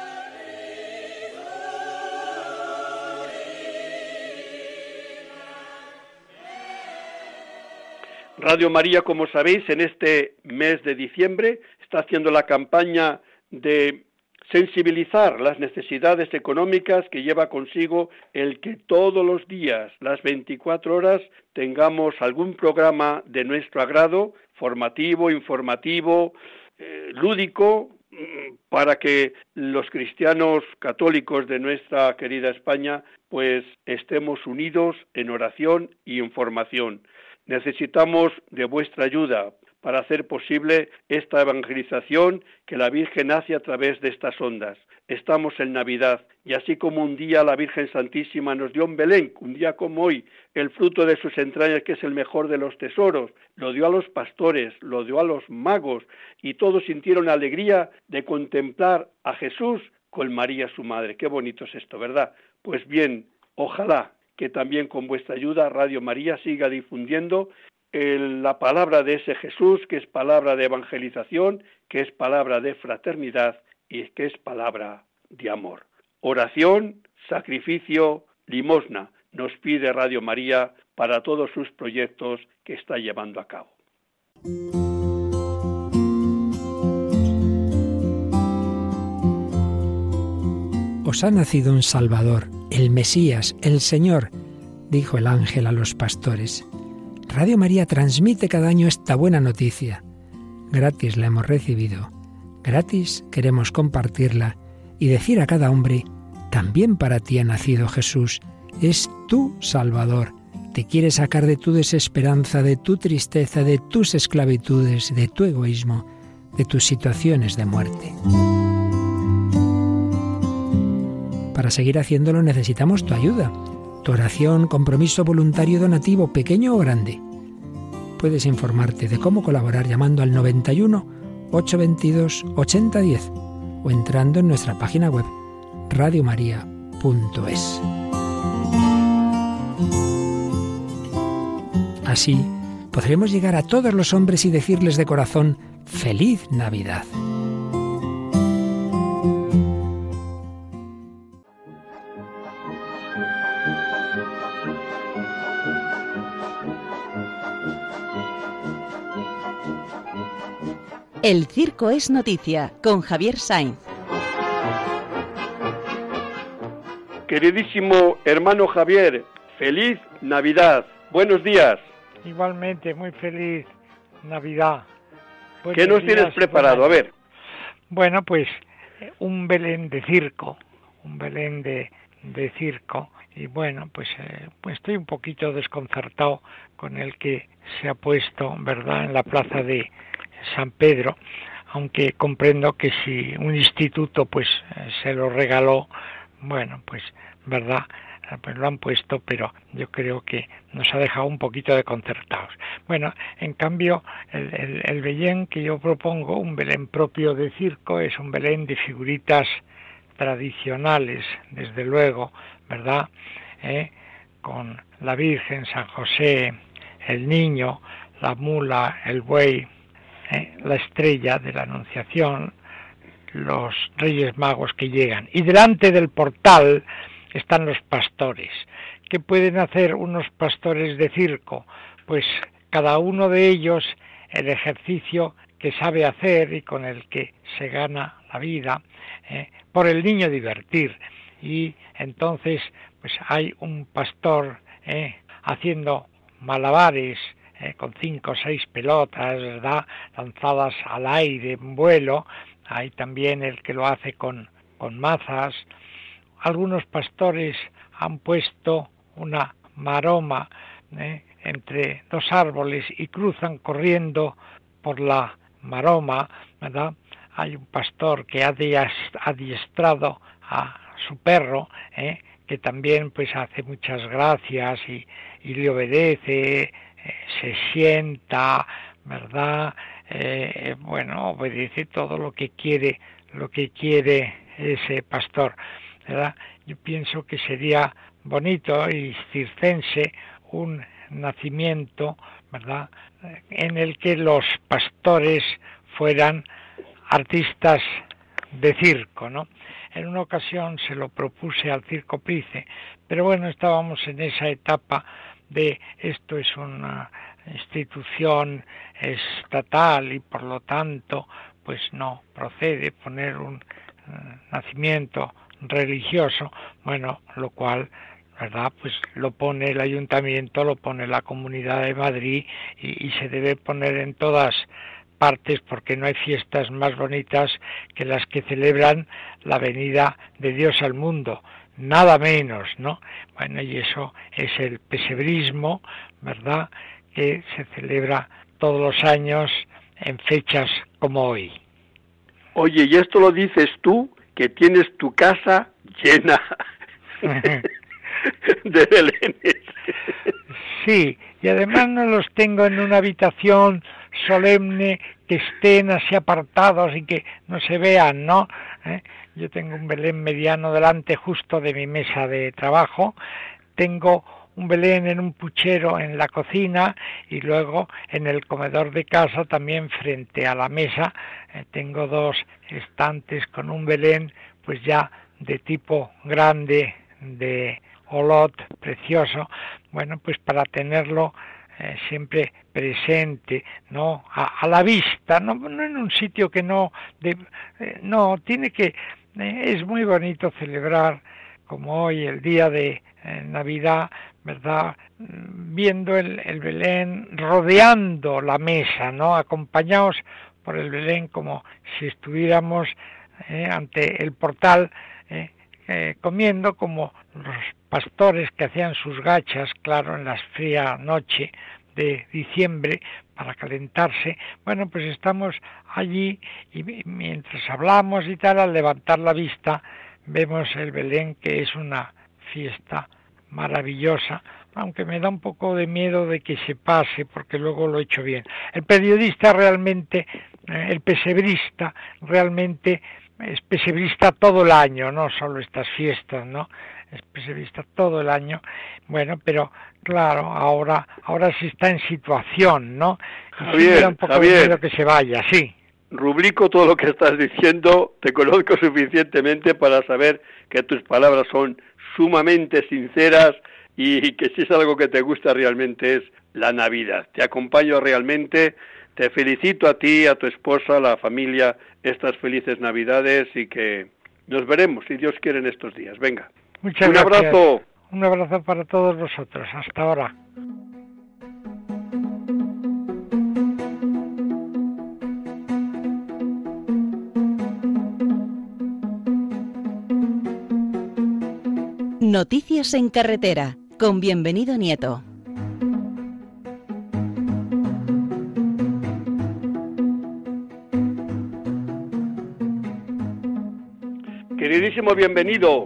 Radio María, como sabéis, en este mes de diciembre está haciendo la campaña de sensibilizar las necesidades económicas que lleva consigo el que todos los días, las veinticuatro horas, tengamos algún programa de nuestro agrado, formativo, informativo, eh, lúdico, para que los cristianos católicos de nuestra querida España pues estemos unidos en oración y en formación. Necesitamos de vuestra ayuda para hacer posible esta evangelización que la Virgen hace a través de estas ondas. Estamos en Navidad y así como un día la Virgen Santísima nos dio en Belén, un día como hoy, el fruto de sus entrañas que es el mejor de los tesoros, lo dio a los pastores, lo dio a los magos y todos sintieron alegría de contemplar a Jesús con María su madre. Qué bonito es esto, ¿verdad? Pues bien, ojalá que también con vuestra ayuda Radio María siga difundiendo el, la palabra de ese Jesús, que es palabra de evangelización, que es palabra de fraternidad y que es palabra de amor. Oración, sacrificio, limosna, nos pide Radio María para todos sus proyectos que está llevando a cabo. Os ha nacido un Salvador, el Mesías, el Señor, dijo el ángel a los pastores. Radio María transmite cada año esta buena noticia. Gratis la hemos recibido, gratis queremos compartirla y decir a cada hombre, también para ti ha nacido Jesús, es tu Salvador. Te quiere sacar de tu desesperanza, de tu tristeza, de tus esclavitudes, de tu egoísmo, de tus situaciones de muerte. Para seguir haciéndolo necesitamos tu ayuda, tu oración, compromiso voluntario donativo, pequeño o grande. Puedes informarte de cómo colaborar llamando al noventa y uno, ochocientos veintidós, ochenta diez o entrando en nuestra página web radio maría punto es. Así podremos llegar a todos los hombres y decirles de corazón ¡Feliz Navidad! El circo es noticia, con Javier Sainz. Queridísimo hermano Javier, feliz Navidad. Buenos días. Igualmente, muy feliz Navidad. Buenos ¿Qué nos días, tienes preparado? A ver. Bueno, pues un Belén de circo, un Belén de, de circo. Y bueno, pues, eh, pues estoy un poquito desconcertado con el que se ha puesto, ¿verdad?, en la plaza de San Pedro, aunque comprendo que si un instituto pues se lo regaló, bueno, pues verdad, pues lo han puesto, pero yo creo que nos ha dejado un poquito desconcertados. Bueno, en cambio, el, el, el Belén que yo propongo, un Belén propio de circo, es un Belén de figuritas tradicionales, desde luego, ¿verdad? ¿Eh? Con la Virgen, San José, el niño, la mula, el buey, ¿eh? La estrella de la Anunciación, los Reyes Magos que llegan. Y delante del portal están los pastores. ¿Qué pueden hacer unos pastores de circo? Pues cada uno de ellos el ejercicio que sabe hacer y con el que se gana la vida, ¿eh? por el niño divertir. Y entonces pues hay un pastor ¿eh? haciendo malabares eh, con cinco o seis pelotas, ¿verdad?, lanzadas al aire en vuelo. Hay también el que lo hace con, con mazas. Algunos pastores han puesto una maroma ¿eh? entre dos árboles y cruzan corriendo por la maroma, ¿verdad? Hay un pastor que ha adiestrado a su perro, ¿eh? que también pues hace muchas gracias y, y le obedece, eh, se sienta, ¿verdad? Eh, bueno, obedece todo lo que quiere, lo que quiere ese pastor, ¿verdad? Yo pienso que sería bonito y circense un nacimiento, ¿verdad?, en el que los pastores fueran artistas de circo, ¿no? En una ocasión se lo propuse al Circo Price, pero bueno, estábamos en esa etapa de esto es una institución estatal y por lo tanto pues no procede poner un uh, nacimiento religioso, bueno, lo cual, ¿verdad?, pues lo pone el ayuntamiento, lo pone la Comunidad de Madrid y, y se debe poner en todas partes porque no hay fiestas más bonitas que las que celebran la venida de Dios al mundo, nada menos, ¿no? Bueno, y eso es el pesebrismo, ¿verdad?, que se celebra todos los años en fechas como hoy. Oye, y esto lo dices tú, que tienes tu casa llena de belenes. Sí, y además no los tengo en una habitación solemne que estén así apartados y que no se vean, ¿no? ¿Eh? Yo tengo un Belén mediano delante justo de mi mesa de trabajo, tengo un Belén en un puchero en la cocina y luego en el comedor de casa también frente a la mesa eh, tengo dos estantes con un Belén pues ya de tipo grande, de olot precioso, bueno, pues para tenerlo eh, siempre presente, no a, a la vista, no, no en un sitio que no, de, eh, no tiene que, eh, es muy bonito celebrar como hoy el día de eh, Navidad, ¿verdad?, viendo el, el Belén rodeando la mesa, ¿no?, acompañados por el Belén como si estuviéramos eh, ante el portal eh, eh, comiendo como los pastores que hacían sus gachas, claro, en la fría noche de diciembre para calentarse. Bueno, pues estamos allí y mientras hablamos y tal, al levantar la vista vemos el Belén, que es una fiesta maravillosa, aunque me da un poco de miedo de que se pase porque luego lo he hecho bien. El periodista realmente, el pesebrista realmente es pesebrista todo el año, no solo estas fiestas, ¿no? Es pesebrista todo el año. Bueno, pero claro, ahora ahora se está en situación, ¿no? Y Javier, sí me da un poco Javier, de miedo que se vaya, sí. Rubrico todo lo que estás diciendo, te conozco suficientemente para saber que tus palabras son sumamente sinceras y que si es algo que te gusta realmente es la Navidad. Te acompaño realmente, te felicito a ti, a tu esposa, a la familia, estas felices Navidades y que nos veremos, si Dios quiere, en estos días. Venga, Muchas un gracias. abrazo. Un abrazo para todos vosotros. Hasta ahora. Noticias en carretera, con Bienvenido Nieto. Queridísimo Bienvenido,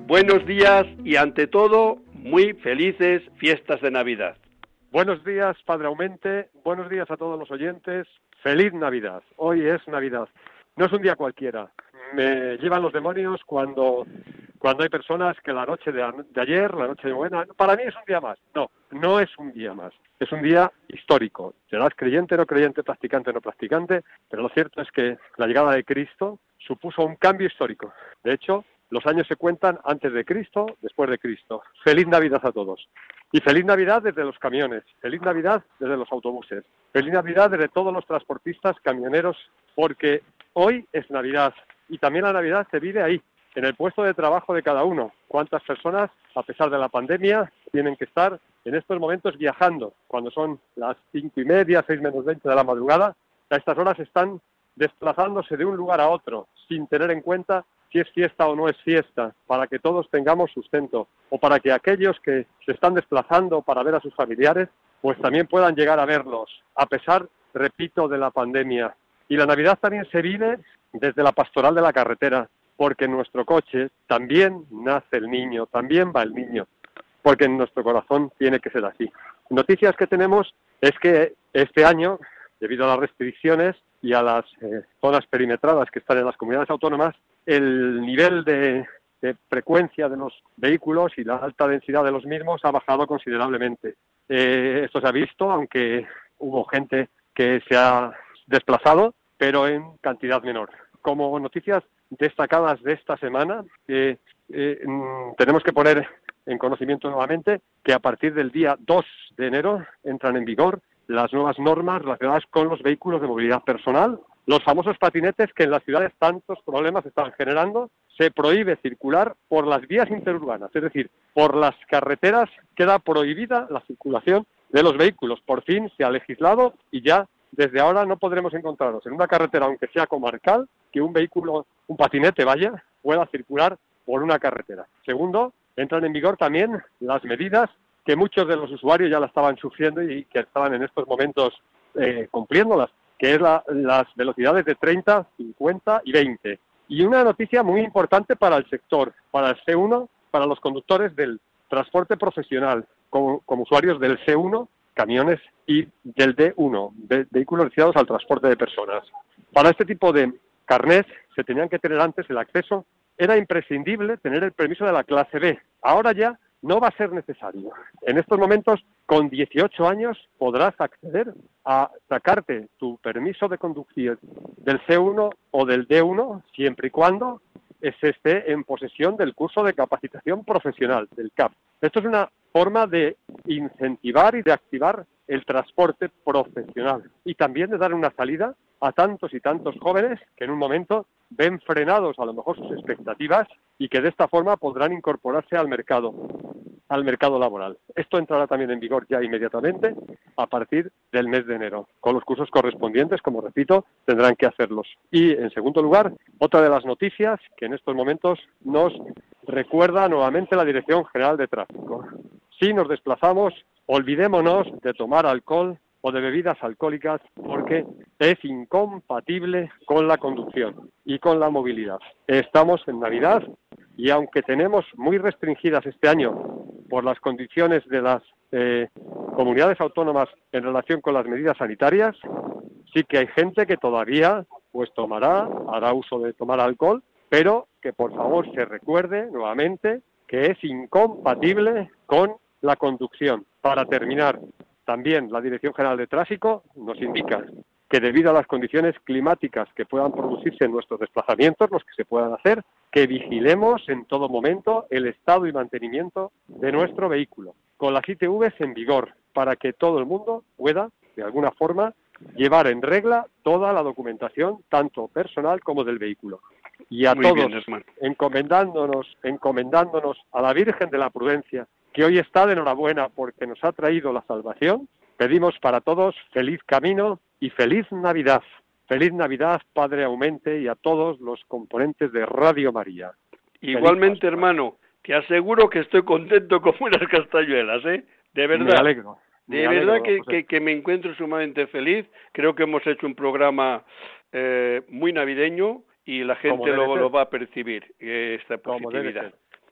Buenos días y ante todo, muy felices fiestas de Navidad. Buenos días, Padre Aumente, buenos días a todos los oyentes, feliz Navidad, hoy es Navidad, no es un día cualquiera, me llevan los demonios cuando, cuando hay personas que la noche de, de ayer, la noche de buena, para mí es un día más, no, no es un día más, es un día histórico, serás creyente, no creyente, practicante, no practicante, pero lo cierto es que la llegada de Cristo supuso un cambio histórico, de hecho, los años se cuentan antes de Cristo, después de Cristo. Feliz Navidad a todos. Y feliz Navidad desde los camiones, feliz Navidad desde los autobuses, feliz Navidad desde todos los transportistas, camioneros, porque hoy es Navidad y también la Navidad se vive ahí, en el puesto de trabajo de cada uno. ¿Cuántas personas, a pesar de la pandemia, tienen que estar en estos momentos viajando? Cuando son las cinco y media, seis menos veinte de la madrugada, a estas horas están desplazándose de un lugar a otro, sin tener en cuenta si es fiesta o no es fiesta, para que todos tengamos sustento, o para que aquellos que se están desplazando para ver a sus familiares, pues también puedan llegar a verlos, a pesar, repito, de la pandemia. Y la Navidad también se vive desde la pastoral de la carretera, porque en nuestro coche también nace el niño, también va el niño, porque en nuestro corazón tiene que ser así. Noticias que tenemos es que este año, debido a las restricciones y a las eh, zonas perimetradas que están en las comunidades autónomas, el nivel de, de frecuencia de los vehículos y la alta densidad de los mismos ha bajado considerablemente. Eh, esto se ha visto, aunque hubo gente que se ha desplazado, pero en cantidad menor. Como noticias destacadas de esta semana, eh, eh, tenemos que poner en conocimiento nuevamente que a partir del día dos de enero entran en vigor las nuevas normas relacionadas con los vehículos de movilidad personal, los famosos patinetes que en las ciudades tantos problemas están generando. Se prohíbe circular por las vías interurbanas, es decir, por las carreteras queda prohibida la circulación de los vehículos. Por fin se ha legislado y ya desde ahora no podremos encontrarnos en una carretera, aunque sea comarcal, que un vehículo, un patinete vaya, pueda circular por una carretera. Segundo, entran en vigor también las medidas que muchos de los usuarios ya la estaban sufriendo y que estaban en estos momentos eh, cumpliéndolas, que es la, las velocidades de treinta, cincuenta y veinte. Y una noticia muy importante para el sector, para el C uno, para los conductores del transporte profesional, como, como usuarios del C uno, camiones, y del D uno, de, vehículos destinados al transporte de personas. Para este tipo de carnés se tenían que tener antes el acceso, era imprescindible tener el permiso de la clase B. Ahora ya no va a ser necesario. En estos momentos, con dieciocho años, podrás acceder a sacarte tu permiso de conducir del C uno o del D uno, siempre y cuando se esté en posesión del curso de capacitación profesional, del C A P. Esto es una forma de incentivar y de activar el transporte profesional y también de dar una salida a tantos y tantos jóvenes que en un momento ven frenados a lo mejor sus expectativas y que de esta forma podrán incorporarse al mercado, al mercado laboral. Esto entrará también en vigor ya inmediatamente a partir del mes de enero. Con los cursos correspondientes, como repito, tendrán que hacerlos. Y en segundo lugar, otra de las noticias que en estos momentos nos recuerda nuevamente la Dirección General de Tráfico. Si nos desplazamos, olvidémonos de tomar alcohol o de bebidas alcohólicas porque es incompatible con la conducción y con la movilidad. Estamos en Navidad y aunque tenemos muy restringidas este año por las condiciones de las eh, comunidades autónomas en relación con las medidas sanitarias, sí que hay gente que todavía pues tomará, hará uso de tomar alcohol, pero que por favor se recuerde nuevamente que es incompatible con la conducción. Para terminar, también la Dirección General de Tráfico nos indica que debido a las condiciones climáticas que puedan producirse en nuestros desplazamientos, los que se puedan hacer, que vigilemos en todo momento el estado y mantenimiento de nuestro vehículo, con las I T Vs en vigor, para que todo el mundo pueda, de alguna forma, llevar en regla toda la documentación, tanto personal como del vehículo. Y a Muy todos, bien, encomendándonos, encomendándonos a la Virgen de la Prudencia, que hoy está de enhorabuena porque nos ha traído la salvación, pedimos para todos feliz camino y feliz Navidad. Feliz Navidad, Padre Aumente, y a todos los componentes de Radio María. Igualmente, feliz hermano, te aseguro que estoy contento como unas castañuelas, ¿eh? De verdad. Me alegro. Me de alegro, verdad que, José. que, que me encuentro sumamente feliz. Creo que hemos hecho un programa eh, muy navideño y la gente luego lo va a percibir, eh, esta positividad.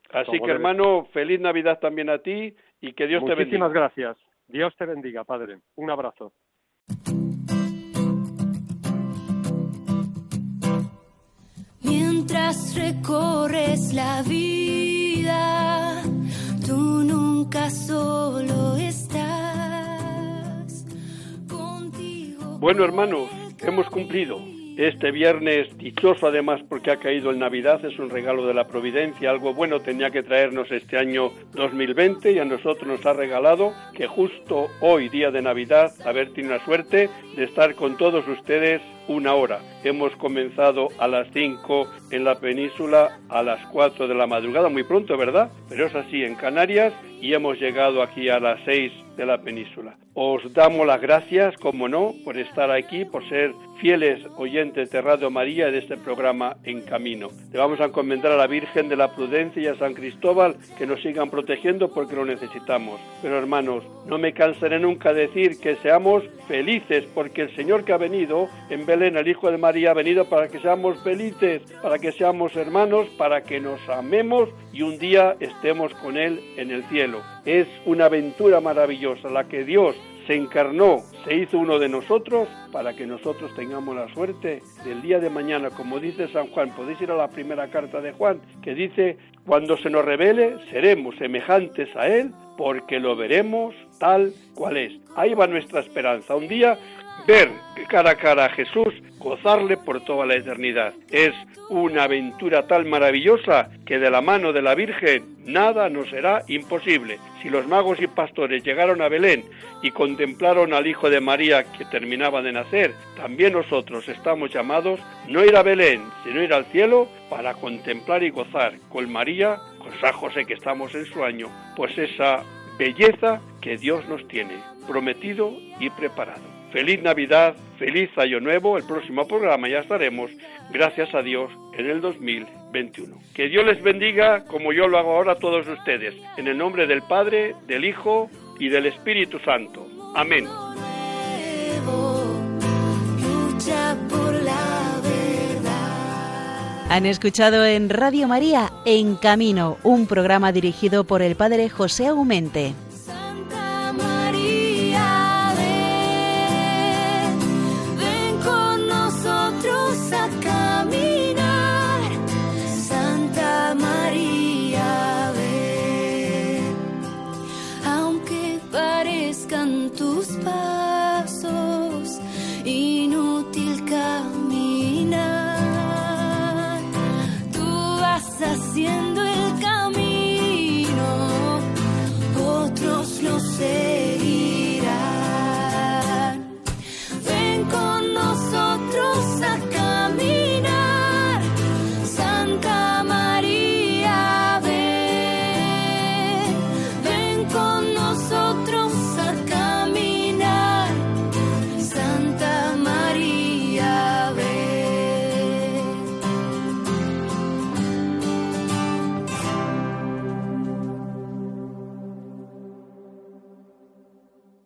Así Como que, debe. hermano, feliz Navidad también a ti y que Dios te bendiga. Muchísimas gracias. Dios te bendiga, Padre. Un abrazo. Mientras recorres la vida, tú nunca solo estás contigo. Bueno, hermanos, hemos cumplido. Este viernes dichoso, además, porque ha caído en Navidad, es un regalo de la providencia. Algo bueno tenía que traernos este año dos mil veinte y a nosotros nos ha regalado que justo hoy, día de Navidad, haber tenido la suerte de estar con todos ustedes una hora. Hemos comenzado a las cinco en la península, a las cuatro de la madrugada, muy pronto, ¿verdad? Pero es así en Canarias y hemos llegado aquí a las seis de la península. Os damos las gracias, como no, por estar aquí, por ser fieles oyentes de Radio María de este programa En Camino. Le vamos a encomendar a la Virgen de la Prudencia y a San Cristóbal que nos sigan protegiendo porque lo necesitamos. Pero hermanos, no me cansaré nunca de decir que seamos felices porque el Señor que ha venido en Belén, el Hijo de María, ha venido para que seamos felices, para que seamos hermanos, para que nos amemos y un día estemos con Él en el cielo. Es una aventura maravillosa la que Dios se encarnó, se hizo uno de nosotros para que nosotros tengamos la suerte del día de mañana, como dice San Juan. Podéis ir a la primera carta de Juan, que dice: cuando se nos revele, seremos semejantes a Él, porque lo veremos tal cual es. Ahí va nuestra esperanza, un día ver cara a cara a Jesús, gozarle por toda la eternidad. Es una aventura tan maravillosa que de la mano de la Virgen nada nos será imposible. Si los magos y pastores llegaron a Belén y contemplaron al Hijo de María que terminaba de nacer, también nosotros estamos llamados no ir a Belén, sino ir al cielo para contemplar y gozar con María, con San José, que estamos en su año, pues esa belleza que Dios nos tiene prometido y preparado. Feliz Navidad, feliz Año Nuevo. El próximo programa ya estaremos, gracias a Dios, en el dos mil veintiuno. Que Dios les bendiga como yo lo hago ahora a todos ustedes. En el nombre del Padre, del Hijo y del Espíritu Santo. Amén. Han escuchado en Radio María En Camino, un programa dirigido por el Padre José Aumente. A caminar, Santa María, ven. Aunque parezcan tus pasos inútil caminar, tú vas haciendo